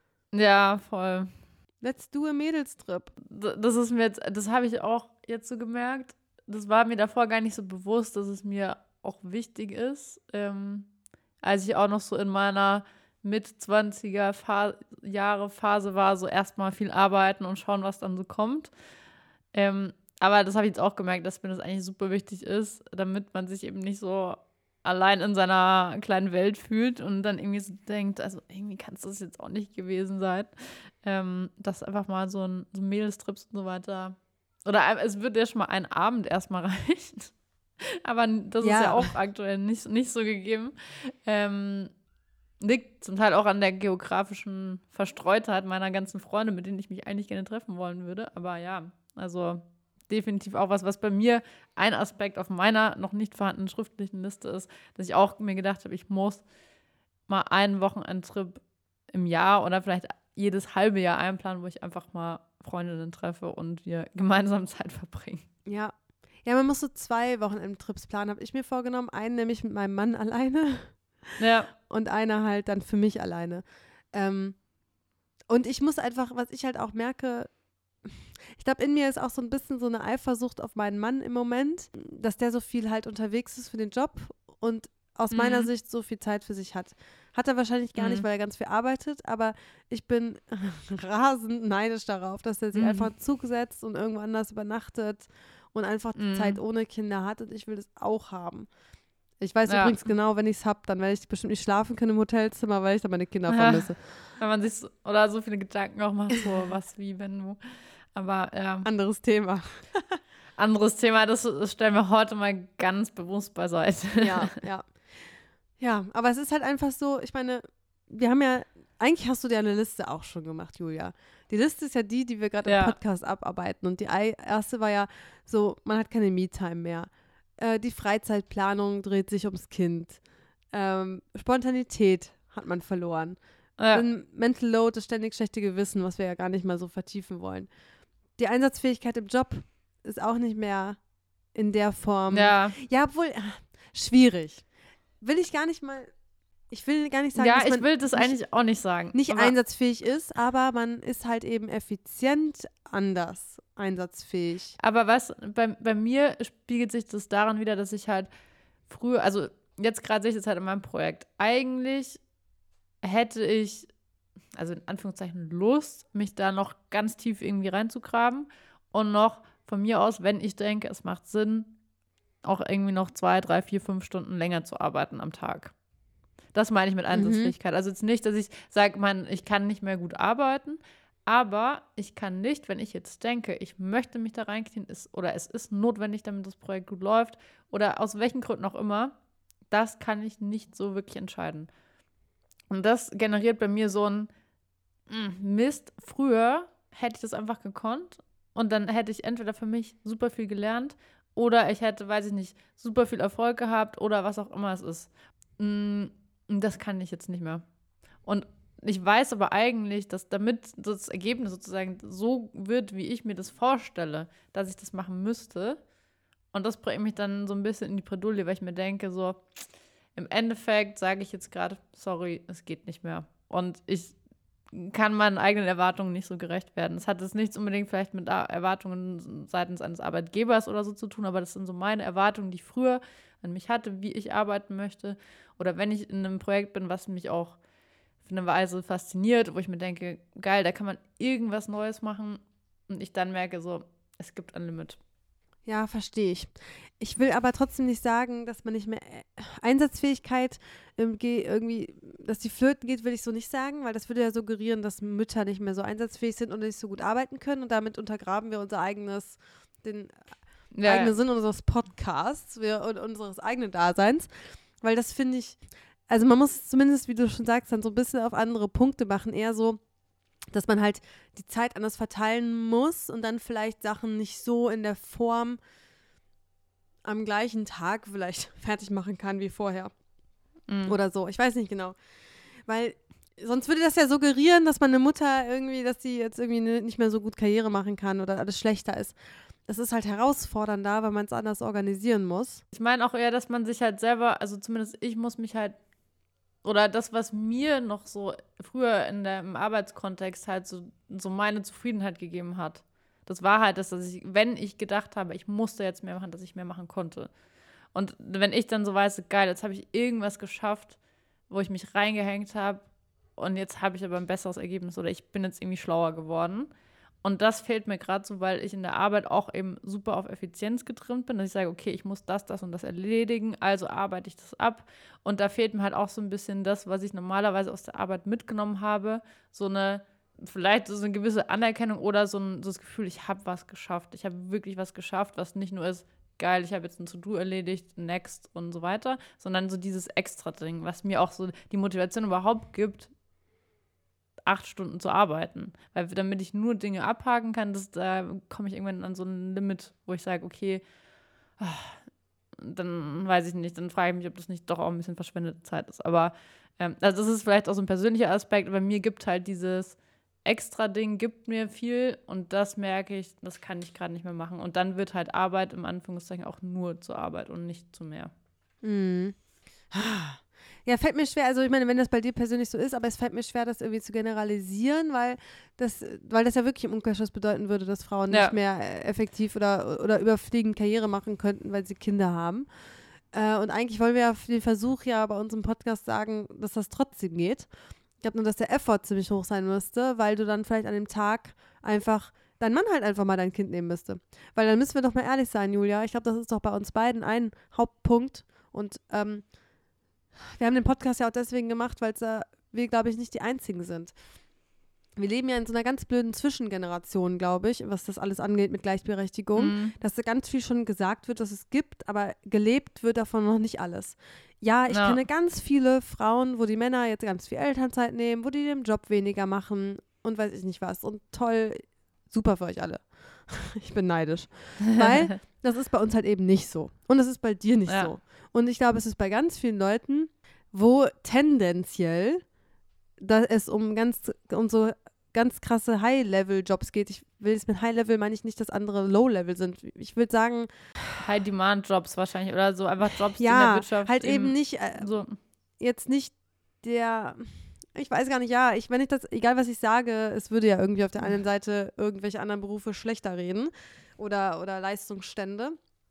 Ja, voll. Let's do a Mädelstrip. D- Das ist mir jetzt, das habe ich auch jetzt so gemerkt. Das war mir davor gar nicht so bewusst, dass es mir auch wichtig ist. Ähm, als ich auch noch so in meiner Mit-zwanziger Fa- Jahre Phase war, so erstmal viel arbeiten und schauen, was dann so kommt. Ähm, aber das habe ich jetzt auch gemerkt, dass mir das eigentlich super wichtig ist, damit man sich eben nicht so allein in seiner kleinen Welt fühlt und dann irgendwie so denkt, also irgendwie kann es das jetzt auch nicht gewesen sein. Ähm, dass einfach mal so ein, so Mädelstrips und so weiter. Oder ein- es würde ja schon mal ein Abend erstmal reichen. Aber das ist Ja. ja auch aktuell nicht, nicht so gegeben. Ähm, liegt zum Teil auch an der geografischen Verstreutheit meiner ganzen Freunde, mit denen ich mich eigentlich gerne treffen wollen würde. Aber ja, also definitiv auch was, was bei mir ein Aspekt auf meiner noch nicht vorhandenen schriftlichen Liste ist, dass ich auch mir gedacht habe, ich muss mal einen Wochenendtrip im Jahr oder vielleicht jedes halbe Jahr einplanen, wo ich einfach mal Freundinnen treffe und wir gemeinsam Zeit verbringen. Ja. Ja, man muss so zwei Wochenendtrips planen, habe ich mir vorgenommen. Einen nämlich mit meinem Mann alleine Ja, und einer halt dann für mich alleine. Ähm, und ich muss einfach, was ich halt auch merke, ich glaube, in mir ist auch so ein bisschen so eine Eifersucht auf meinen Mann im Moment, dass der so viel halt unterwegs ist für den Job und aus Mhm. meiner Sicht so viel Zeit für sich hat. Hat er wahrscheinlich gar nicht, Mhm. weil er ganz viel arbeitet, aber ich bin rasend neidisch darauf, dass er sich Mhm. einfach zugesetzt und irgendwo anders übernachtet und einfach die Mhm. Zeit ohne Kinder hat und ich will das auch haben. Ich weiß Ja. übrigens genau, wenn ich es habe, dann werde ich bestimmt nicht schlafen können im Hotelzimmer, weil ich dann meine Kinder Ja. vermisse. wenn man sich so, oder so viele Gedanken auch macht, so was wie, wenn du. Aber ja, Anderes Thema. anderes Thema, das, das stellen wir heute mal ganz bewusst beiseite. Ja, ja. Ja, aber es ist halt einfach so, ich meine, wir haben ja, eigentlich hast du dir eine Liste auch schon gemacht, Julia. Die Liste ist ja die, die wir gerade Ja. im Podcast abarbeiten. Und die ei- erste war ja so, man hat keine Me-Time mehr. Äh, die Freizeitplanung dreht sich ums Kind. Ähm, Spontanität hat man verloren. Ja. Dann Mental Load, das ständig schlechte Gewissen, was wir ja gar nicht mal so vertiefen wollen. Die Einsatzfähigkeit im Job ist auch nicht mehr in der Form. Ja, Ja, obwohl, ach, schwierig. Will ich gar nicht mal, ich will gar nicht sagen, ja dass ich man will das nicht, eigentlich auch nicht sagen. nicht aber einsatzfähig ist, aber man ist halt eben effizient anders einsatzfähig. Aber was, bei, bei mir spiegelt sich das daran wieder, dass ich halt früher, also jetzt gerade sehe ich das halt in meinem Projekt. Eigentlich hätte ich, also in Anführungszeichen Lust, mich da noch ganz tief irgendwie reinzugraben und noch von mir aus, wenn ich denke, es macht Sinn, auch irgendwie noch zwei, drei, vier, fünf Stunden länger zu arbeiten am Tag. Das meine ich mit Einsatzfähigkeit. Also jetzt nicht, dass ich sage, man, ich kann nicht mehr gut arbeiten, aber ich kann nicht, wenn ich jetzt denke, ich möchte mich da reinknien, ist, oder es ist notwendig, damit das Projekt gut läuft, oder aus welchen Gründen auch immer, das kann ich nicht so wirklich entscheiden. Und das generiert bei mir so ein mm, Mist. Früher hätte ich das einfach gekonnt und dann hätte ich entweder für mich super viel gelernt oder ich hätte, weiß ich nicht, super viel Erfolg gehabt oder was auch immer es ist. Mm, das kann ich jetzt nicht mehr. Und ich weiß aber eigentlich, dass damit das Ergebnis sozusagen so wird, wie ich mir das vorstelle, dass ich das machen müsste. Und das bringt mich dann so ein bisschen in die Bredouille, weil ich mir denke, so, im Endeffekt sage ich jetzt gerade, sorry, es geht nicht mehr. Und ich kann meinen eigenen Erwartungen nicht so gerecht werden. Das hat jetzt nichts unbedingt vielleicht mit Erwartungen seitens eines Arbeitgebers oder so zu tun, aber das sind so meine Erwartungen, die ich früher an mich hatte, wie ich arbeiten möchte. Oder wenn ich in einem Projekt bin, was mich auch auf eine Weise fasziniert, wo ich mir denke, geil, da kann man irgendwas Neues machen. Und ich dann merke so, es gibt ein Limit. Ja, verstehe ich. Ich will aber trotzdem nicht sagen, dass man nicht mehr äh, Einsatzfähigkeit ähm, ge- irgendwie, dass die flöten geht, will ich so nicht sagen, weil das würde ja suggerieren, dass Mütter nicht mehr so einsatzfähig sind und nicht so gut arbeiten können und damit untergraben wir unser eigenes, den Ja, eigenen Sinn unseres Podcasts wir, und unseres eigenen Daseins, weil das finde ich, also man muss es zumindest, wie du schon sagst, dann so ein bisschen auf andere Punkte machen, eher so, dass man halt die Zeit anders verteilen muss und dann vielleicht Sachen nicht so in der Form am gleichen Tag vielleicht fertig machen kann wie vorher. Mhm. Oder so. Ich weiß nicht genau. Weil sonst würde das ja suggerieren, dass man eine Mutter irgendwie, dass die jetzt irgendwie ne, nicht mehr so gut Karriere machen kann oder alles schlechter ist. Das ist halt herausfordernder, weil man es anders organisieren muss. Ich meine auch eher, dass man sich halt selber, also zumindest ich muss mich halt, oder das, was mir noch so früher in der, im Arbeitskontext halt so, so meine Zufriedenheit gegeben hat. Das war halt das, dass ich, wenn ich gedacht habe, ich musste jetzt mehr machen, dass ich mehr machen konnte. Und wenn ich dann so weiß, geil, jetzt habe ich irgendwas geschafft, wo ich mich reingehängt habe und jetzt habe ich aber ein besseres Ergebnis oder ich bin jetzt irgendwie schlauer geworden. Und das fehlt mir gerade so, weil ich in der Arbeit auch eben super auf Effizienz getrimmt bin, dass ich sage, okay, ich muss das, das und das erledigen, also arbeite ich das ab. Und da fehlt mir halt auch so ein bisschen das, was ich normalerweise aus der Arbeit mitgenommen habe, so eine, vielleicht so eine gewisse Anerkennung oder so, ein, so das Gefühl, ich habe was geschafft. Ich habe wirklich was geschafft, was nicht nur ist, geil, ich habe jetzt ein To-Do erledigt, next und so weiter, sondern so dieses Extra-Ding, was mir auch so die Motivation überhaupt gibt, acht Stunden zu arbeiten. Weil damit ich nur Dinge abhaken kann, das, da komme ich irgendwann an so ein Limit, wo ich sage, okay, dann weiß ich nicht, dann frage ich mich, ob das nicht doch auch ein bisschen verschwendete Zeit ist. Aber ähm, also das ist vielleicht auch so ein persönlicher Aspekt, aber mir gibt halt dieses Extra-Ding, gibt mir viel und das merke ich, das kann ich gerade nicht mehr machen. Und dann wird halt Arbeit im Anführungszeichen auch nur zur Arbeit und nicht zu mehr. Mhm. Ja, fällt mir schwer, also ich meine, wenn das bei dir persönlich so ist, aber es fällt mir schwer, das irgendwie zu generalisieren, weil das, weil das ja wirklich im Umkehrschluss bedeuten würde, dass Frauen Ja. nicht mehr äh, effektiv oder, oder überfliegend Karriere machen könnten, weil sie Kinder haben. Äh, und eigentlich wollen wir ja für den Versuch ja bei unserem Podcast sagen, dass das trotzdem geht. Ich glaube nur, dass der Effort ziemlich hoch sein müsste, weil du dann vielleicht an dem Tag einfach dein Mann halt einfach mal dein Kind nehmen müsste. Weil dann müssen wir doch mal ehrlich sein, Julia. Ich glaube, das ist doch bei uns beiden ein Hauptpunkt. Und ähm, wir haben den Podcast ja auch deswegen gemacht, weil äh, wir, glaube ich, nicht die Einzigen sind. Wir leben ja in so einer ganz blöden Zwischengeneration, glaube ich, was das alles angeht mit Gleichberechtigung. Mhm. Dass da ganz viel schon gesagt wird, dass es gibt, aber gelebt wird davon noch nicht alles. Ja, ich Ja. kenne ganz viele Frauen, wo die Männer jetzt ganz viel Elternzeit nehmen, wo die den Job weniger machen und weiß ich nicht was. Und toll, super für euch alle. Ich bin neidisch. Weil das ist bei uns halt eben nicht so. Und es ist bei dir nicht Ja. so. Und ich glaube, es ist bei ganz vielen Leuten, wo tendenziell da es um ganz, um so ganz krasse High-Level-Jobs geht. Ich will es mit High-Level, meine ich nicht, dass andere Low-Level sind. Ich würde sagen, High-Demand-Jobs wahrscheinlich oder so einfach Jobs in der ja, Wirtschaft. halt eben nicht, äh, so. jetzt nicht der, ich weiß gar nicht, ja, ich, wenn ich das, egal was ich sage, es würde ja irgendwie auf der einen Seite irgendwelche anderen Berufe schlechter reden oder, oder Leistungsstände.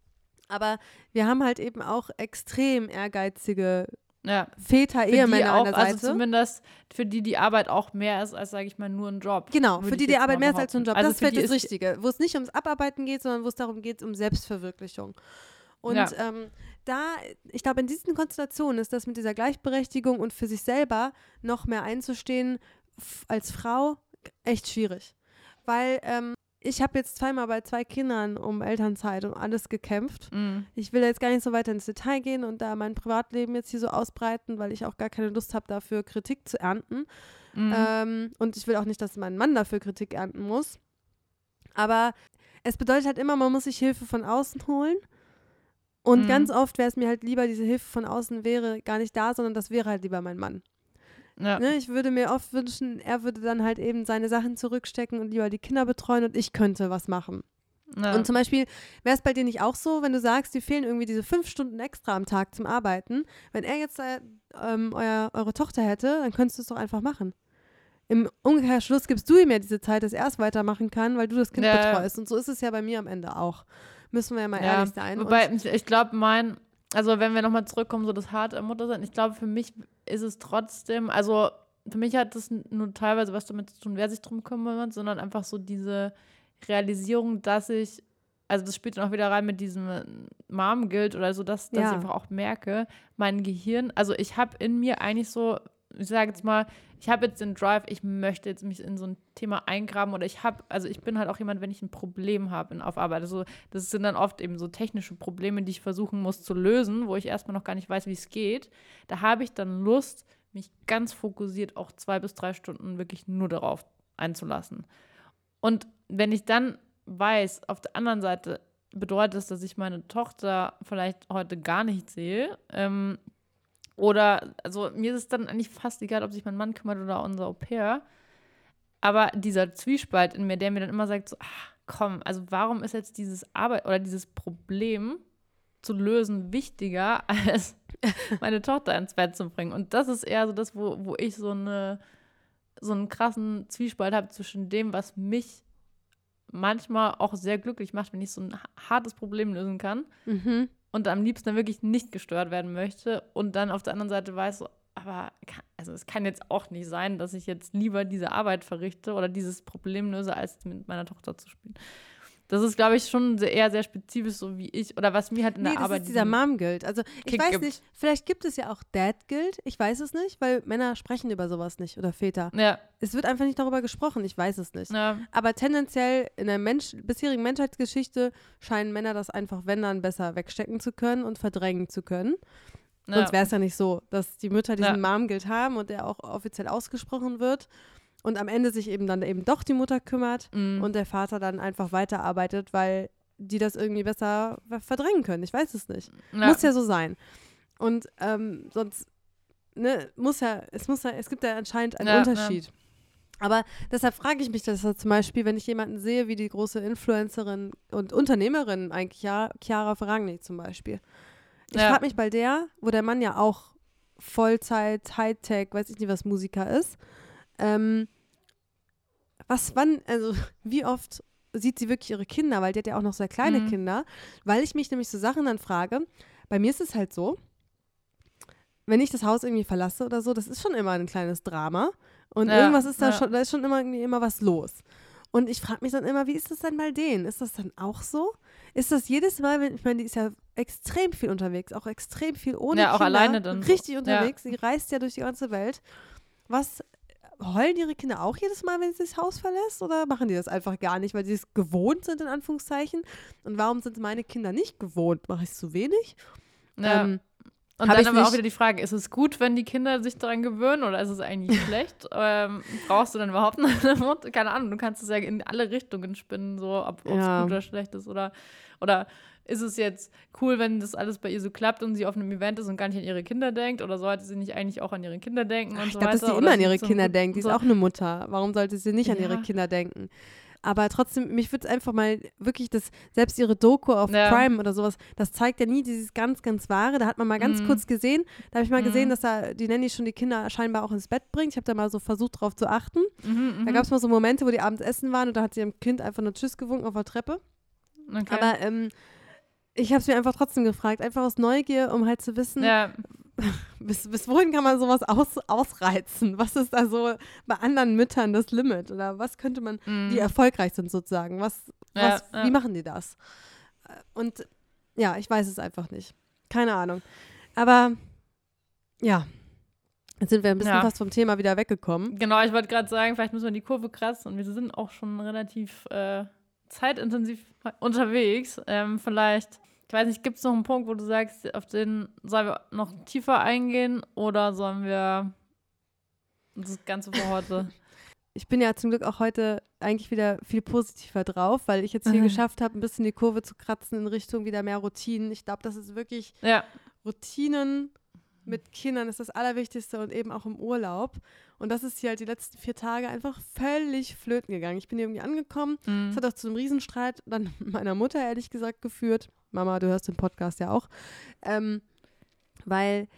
Aber wir haben halt eben auch extrem ehrgeizige Ja. Väter, Für die Ehemänner auch, an der Seite. also zumindest für die die Arbeit auch mehr ist als, sage ich mal, nur ein Job. Genau, würde für ich die die jetzt Arbeit mal mehr ist als so ein Job. behaupten. Also Das für wäre die das ist- Richtige, wo es nicht ums Abarbeiten geht, sondern wo es darum geht, um Selbstverwirklichung. Und Ja. ähm, da, ich glaube, in diesen Konstellationen ist das mit dieser Gleichberechtigung und für sich selber noch mehr einzustehen f- als Frau echt schwierig. Weil ähm, ich habe jetzt zweimal bei zwei Kindern um Elternzeit und alles gekämpft. Mhm. Ich will jetzt gar nicht so weiter ins Detail gehen und da mein Privatleben jetzt hier so ausbreiten, weil ich auch gar keine Lust habe, dafür Kritik zu ernten. Mhm. Ähm, und ich will auch nicht, dass mein Mann dafür Kritik ernten muss. Aber es bedeutet halt immer, man muss sich Hilfe von außen holen. Und Mhm. ganz oft wäre es mir halt lieber, diese Hilfe von außen wäre gar nicht da, sondern das wäre halt lieber mein Mann. Ja. Ne? Ich würde mir oft wünschen, er würde dann halt eben seine Sachen zurückstecken und lieber die Kinder betreuen und ich könnte was machen. Ja. Und zum Beispiel, wäre es bei dir nicht auch so, wenn du sagst, dir fehlen irgendwie diese fünf Stunden extra am Tag zum Arbeiten, wenn er jetzt äh, ähm, euer, eure Tochter hätte, dann könntest du es doch einfach machen. Im Umkehrschluss gibst du ihm ja diese Zeit, dass er es weitermachen kann, weil du das Kind Ja. betreust. Und so ist es ja bei mir am Ende auch. Müssen wir ja mal Ja, ehrlich sein. wobei, Und, ich, ich glaube, mein, also wenn wir nochmal zurückkommen, so das harte Mutter sein, ich glaube, für mich ist es trotzdem, also für mich hat das nur teilweise was damit zu tun, wer sich drum kümmert, sondern einfach so diese Realisierung, dass ich, also das spielt dann auch wieder rein mit diesem Mom-Guilt oder so, dass, dass Ja. ich einfach auch merke, mein Gehirn, also ich habe in mir eigentlich so, ich sage jetzt mal, ich habe jetzt den Drive, ich möchte jetzt mich in so ein Thema eingraben oder ich habe, also ich bin halt auch jemand, wenn ich ein Problem habe auf Arbeit, also das sind dann oft eben so technische Probleme, die ich versuchen muss zu lösen, wo ich erstmal noch gar nicht weiß, wie es geht, da habe ich dann Lust, mich ganz fokussiert auch zwei bis drei Stunden wirklich nur darauf einzulassen. Und wenn ich dann weiß, auf der anderen Seite bedeutet es, dass ich meine Tochter vielleicht heute gar nicht sehe, ähm, oder, also mir ist es dann eigentlich fast egal, ob sich mein Mann kümmert oder unser Au-pair. Aber dieser Zwiespalt in mir, der mir dann immer sagt, so, ach, komm, also warum ist jetzt dieses Arbeit oder dieses Problem zu lösen wichtiger, als meine Tochter ins Bett zu bringen? Und das ist eher so das, wo, wo ich so, eine, so einen krassen Zwiespalt habe zwischen dem, was mich manchmal auch sehr glücklich macht, wenn ich so ein hartes Problem lösen kann. mhm. Und am liebsten dann wirklich nicht gestört werden möchte und dann auf der anderen Seite weiß, so, aber kann, also es kann jetzt auch nicht sein, dass ich jetzt lieber diese Arbeit verrichte oder dieses Problem löse, als mit meiner Tochter zu spielen. Das ist, glaube ich, schon sehr, eher sehr spezifisch, so wie ich, oder was mir halt in Nee, der das Arbeit ist dieser diesen Mom-Guilt. Also ich Kick weiß gibt. nicht, vielleicht gibt es ja auch Dad-Guilt. Ich weiß es nicht, weil Männer sprechen über sowas nicht oder Väter. Ja, Es wird einfach nicht darüber gesprochen. Ich weiß es nicht. ja, Aber tendenziell in der Mensch bisherigen Menschheitsgeschichte scheinen Männer das einfach, wenn dann, besser wegstecken zu können und verdrängen zu können. ja. Sonst wäre es ja nicht so, dass die Mütter diesen Ja. Mom-Guilt haben und der auch offiziell ausgesprochen wird und am Ende sich eben dann eben doch die Mutter kümmert Mhm. und der Vater dann einfach weiterarbeitet, weil die das irgendwie besser ver- verdrängen können. Ich weiß es nicht. ja. Muss ja so sein. Und ähm, sonst, ne, muss ja, es muss ja, es gibt ja anscheinend einen Ja, Unterschied. Aber deshalb frage ich mich das halt zum Beispiel, wenn ich jemanden sehe, wie die große Influencerin und Unternehmerin eigentlich, ja, Chiara Ferragni zum Beispiel. Ich Ja. frage mich bei der, wo der Mann ja auch Vollzeit, Hightech, weiß ich nicht, was Musiker ist, ähm, was, wann, also wie oft sieht sie wirklich ihre Kinder, weil die hat ja auch noch sehr kleine Mhm. Kinder, weil ich mich nämlich so Sachen dann frage, bei mir ist es halt so, wenn ich das Haus irgendwie verlasse oder so, das ist schon immer ein kleines Drama und Ja, irgendwas ist da ja. schon, da ist schon immer irgendwie immer was los. Und ich frage mich dann immer, wie ist das denn bei denen? Ist das dann auch so? Ist das jedes Mal, wenn, ich meine, die ist ja extrem viel unterwegs, auch extrem viel ohne Ja, auch Kinder, alleine dann so. richtig Ja. unterwegs, sie reist ja durch die ganze Welt. Was, heulen ihre Kinder auch jedes Mal, wenn sie das Haus verlässt oder machen die das einfach gar nicht, weil sie es gewohnt sind, in Anführungszeichen? Und warum sind meine Kinder nicht gewohnt? Mache ich es zu wenig? Ja. Ähm, Und Hab dann ich aber auch nicht. wieder die Frage, ist es gut, wenn die Kinder sich daran gewöhnen oder ist es eigentlich schlecht? Ähm, brauchst du dann überhaupt eine Mutter? Keine Ahnung, du kannst es ja in alle Richtungen spinnen, so ob es Ja. gut oder schlecht ist. Oder, oder ist es jetzt cool, wenn das alles bei ihr so klappt und sie auf einem Event ist und gar nicht an ihre Kinder denkt? Oder sollte sie nicht eigentlich auch an ihre Kinder denken und Ich so glaube, weiter? dass sie Oder immer an sie ihre zum Kinder Glück denkt. Die ist so. auch eine Mutter. Warum sollte sie nicht an ihre Ja. Kinder denken? Aber trotzdem, mich würde es einfach mal wirklich, das, selbst ihre Doku auf Ja. Prime oder sowas, das zeigt ja nie dieses ganz, ganz Wahre. Da hat man mal ganz Mhm. kurz gesehen, da habe ich mal Mhm. gesehen, dass da die Nanny schon die Kinder scheinbar auch ins Bett bringt. Ich habe da mal so versucht, drauf zu achten. Mhm, Da mhm. gab es mal so Momente, wo die abends essen waren und da hat sie ihrem Kind einfach nur Tschüss gewunken auf der Treppe. Okay. Aber ähm, ich habe es mir einfach trotzdem gefragt, einfach aus Neugier, um halt zu wissen, ja. bis, bis wohin kann man sowas aus, ausreizen? Was ist da so bei anderen Müttern das Limit? Oder was könnte man, Mhm. die erfolgreich sind sozusagen, was, Ja, was ja. wie machen die das? Und ja, ich weiß es einfach nicht. Keine Ahnung. Aber ja, jetzt sind wir ein bisschen Ja. fast vom Thema wieder weggekommen. Genau, ich wollte gerade sagen, vielleicht müssen wir die Kurve kratzen und wir sind auch schon relativ äh, zeitintensiv unterwegs. Ähm, vielleicht, ich weiß nicht, gibt es noch einen Punkt, wo du sagst, auf den sollen wir noch tiefer eingehen oder sollen wir das Ganze für heute? Ich bin ja zum Glück auch heute eigentlich wieder viel positiver drauf, weil ich jetzt hier geschafft habe, ein bisschen die Kurve zu kratzen in Richtung wieder mehr Routinen. Ich glaube, das ist wirklich Ja. Routinen mit Kindern ist das Allerwichtigste und eben auch im Urlaub. Und das ist hier halt die letzten vier Tage einfach völlig flöten gegangen. Ich bin hier irgendwie angekommen. Das Mhm. hat auch zu einem Riesenstreit dann mit meiner Mutter ehrlich gesagt geführt. Mama, du hörst den Podcast ja auch. Ähm, weil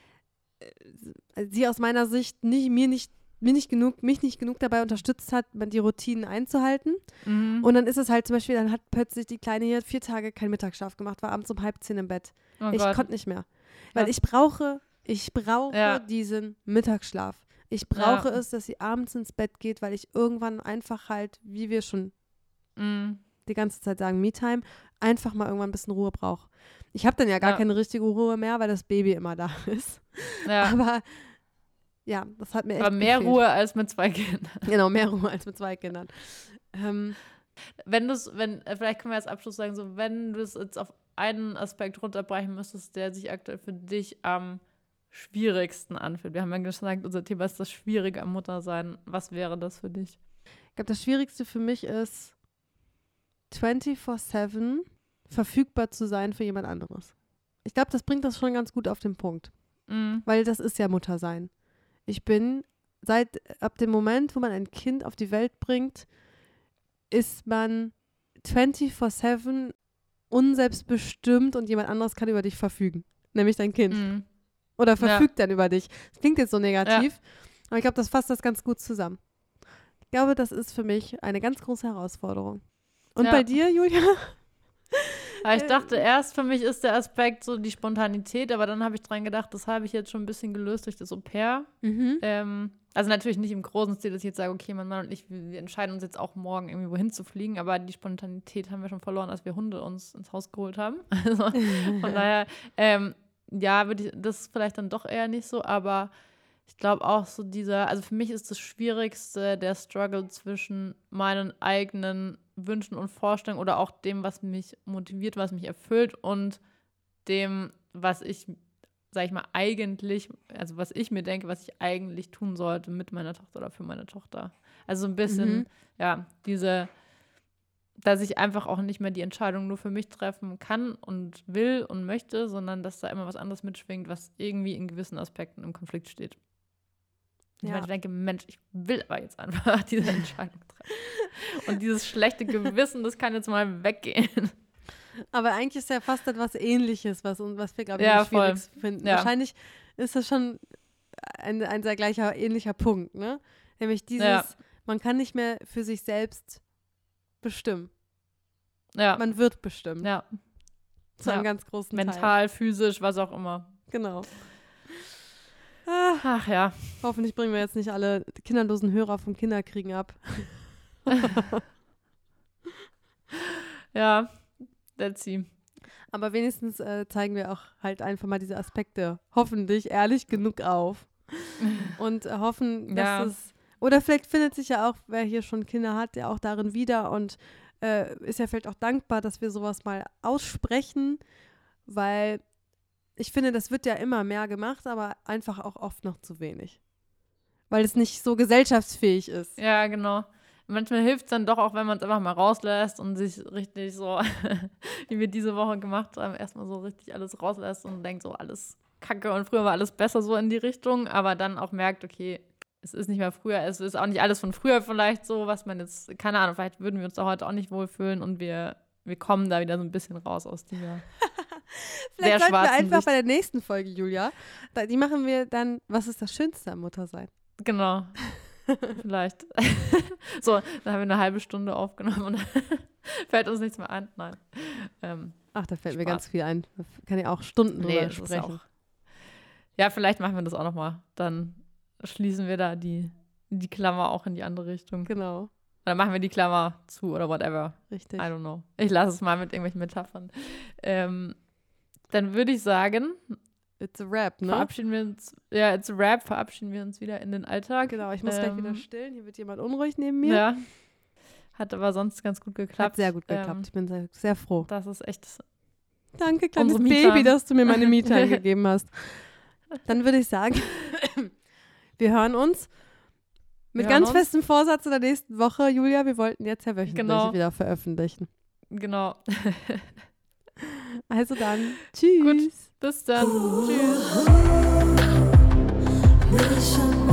äh, sie aus meiner Sicht nicht, mir nicht mir nicht genug, mich nicht genug dabei unterstützt hat, die Routinen einzuhalten. Mhm. Und dann ist es halt zum Beispiel, dann hat plötzlich die Kleine hier vier Tage keinen Mittagsschlaf gemacht, war abends um halb zehn im Bett. Oh ich Gott. konnte nicht mehr. Weil Krass. ich brauche, ich brauche Ja. diesen Mittagsschlaf. Ich brauche Ja. es, dass sie abends ins Bett geht, weil ich irgendwann einfach halt, wie wir schon Mhm. die ganze Zeit sagen, Me-Time, einfach mal irgendwann ein bisschen Ruhe brauche. Ich habe dann ja gar Ja. keine richtige Ruhe mehr, weil das Baby immer da ist. Ja. Aber ja, das hat mir echt Aber mehr gefehlt. Ruhe als mit zwei Kindern. Genau, mehr Ruhe als mit zwei Kindern. Ähm, Wenn du es, wenn, äh, vielleicht können wir als Abschluss sagen, so wenn du es jetzt auf einen Aspekt runterbrechen müsstest, der sich aktuell für dich am schwierigsten anfühlt. Wir haben ja gesagt, unser Thema ist das Schwierige am Muttersein. Was wäre das für dich? ich glaube, das Schwierigste für mich ist, vierundzwanzig sieben verfügbar zu sein für jemand anderes. Ich glaube, das bringt das schon ganz gut auf den Punkt. Mhm. Weil das ist ja Muttersein. Ich bin seit, ab dem Moment, wo man ein Kind auf die Welt bringt, ist man vierundzwanzig sieben unselbstbestimmt und jemand anderes kann über dich verfügen. Nämlich dein Kind. Mhm. Oder verfügt dann über dich. Das klingt jetzt so negativ, aber ich glaube, das fasst das ganz gut zusammen. Ich glaube, das ist für mich eine ganz große Herausforderung. Und Ja. bei dir, Julia? Aber ich dachte erst, für mich ist der Aspekt so die Spontanität, aber dann habe ich dran gedacht, das habe ich jetzt schon ein bisschen gelöst durch das Au-pair. Mhm. Ähm, also natürlich nicht im großen Stil, dass ich jetzt sage, okay, mein Mann und ich, wir, wir entscheiden uns jetzt auch morgen irgendwie wohin zu fliegen, aber die Spontanität haben wir schon verloren, als wir Hunde uns ins Haus geholt haben. Also von daher, ähm, ja, würde ich das ist vielleicht dann doch eher nicht so, aber ich glaube auch so dieser, also für mich ist das Schwierigste der Struggle zwischen meinen eigenen Wünschen und Vorstellungen oder auch dem, was mich motiviert, was mich erfüllt und dem, was ich, sag ich mal, eigentlich, also was ich mir denke, was ich eigentlich tun sollte mit meiner Tochter oder für meine Tochter. Also so ein bisschen, Mhm. ja, diese, dass ich einfach auch nicht mehr die Entscheidung nur für mich treffen kann und will und möchte, sondern dass da immer was anderes mitschwingt, was irgendwie in gewissen Aspekten im Konflikt steht. Ich Ja. meine, ich denke, Mensch, ich will aber jetzt einfach diese Entscheidung treffen. Und dieses schlechte Gewissen, das kann jetzt mal weggehen. Aber eigentlich ist ja fast etwas Ähnliches, was, was wir, glaube ich, Ja, am voll. schwierigsten finden. Ja. Wahrscheinlich ist das schon ein, ein sehr gleicher, ähnlicher Punkt, ne? Nämlich dieses, Ja. man kann nicht mehr für sich selbst bestimmen. Ja, Man wird bestimmt. ja. Zu einem ja. ganz großen Teil. Mental, physisch, was auch immer. Genau. Ah, Ach ja. hoffentlich bringen wir jetzt nicht alle kinderlosen Hörer vom Kinderkriegen ab. Ja, let's see. Aber wenigstens äh, zeigen wir auch halt einfach mal diese Aspekte hoffentlich ehrlich genug auf. Und äh, hoffen, dass Ja. es, oder vielleicht findet sich ja auch, wer hier schon Kinder hat, ja auch darin wieder und äh, ist ja vielleicht auch dankbar, dass wir sowas mal aussprechen, weil ich finde, das wird ja immer mehr gemacht, aber einfach auch oft noch zu wenig. Weil es nicht so gesellschaftsfähig ist. Ja, genau. Manchmal hilft es dann doch auch, wenn man es einfach mal rauslässt und sich richtig so, wie wir diese Woche gemacht haben, erstmal so richtig alles rauslässt und denkt so, alles Kacke und früher war alles besser so in die Richtung, aber dann auch merkt, okay, es ist nicht mehr früher, es ist auch nicht alles von früher vielleicht so, was man jetzt, keine Ahnung, vielleicht würden wir uns da heute auch nicht wohlfühlen und wir, wir kommen da wieder so ein bisschen raus aus dieser Vielleicht sehr sollten wir schwarzen einfach Sicht. bei der nächsten Folge, Julia, da, die machen wir dann, was ist das Schönste am Muttersein? Genau. Vielleicht. So, dann haben wir eine halbe Stunde aufgenommen und fällt uns nichts mehr ein. Nein. Ähm, Ach, da fällt mir Spaß. ganz viel ein. Da kann ja auch Stunden nee, drüber das ist sprechen. auch. Ja, vielleicht machen wir das auch nochmal. Dann schließen wir da die, die Klammer auch in die andere Richtung. Genau, Oder machen wir die Klammer zu oder whatever. richtig. I don't know. Ich lasse es mal mit irgendwelchen Metaphern. Ähm, dann würde ich sagen, It's a rap, ne? verabschieden wir uns, ja, it's a rap, verabschieden wir uns wieder in den Alltag. Genau, ich muss ähm, gleich wieder stillen. Hier wird jemand unruhig neben mir. Ja. Hat aber sonst ganz gut geklappt. Hat sehr gut geklappt. Ähm, Ich bin sehr, sehr froh. das ist echt. Danke, kleines unsere Baby, Me-Time. dass du mir meine Me-Time gegeben hast. Dann würde ich sagen, wir hören uns mit Wir hören ganz uns. festem Vorsatz in der nächsten Woche, Julia. Wir wollten jetzt ja wöchentlich Genau. wieder veröffentlichen. Genau. Also dann, tschüss. Gut. Bis dann. Tschüss. Mission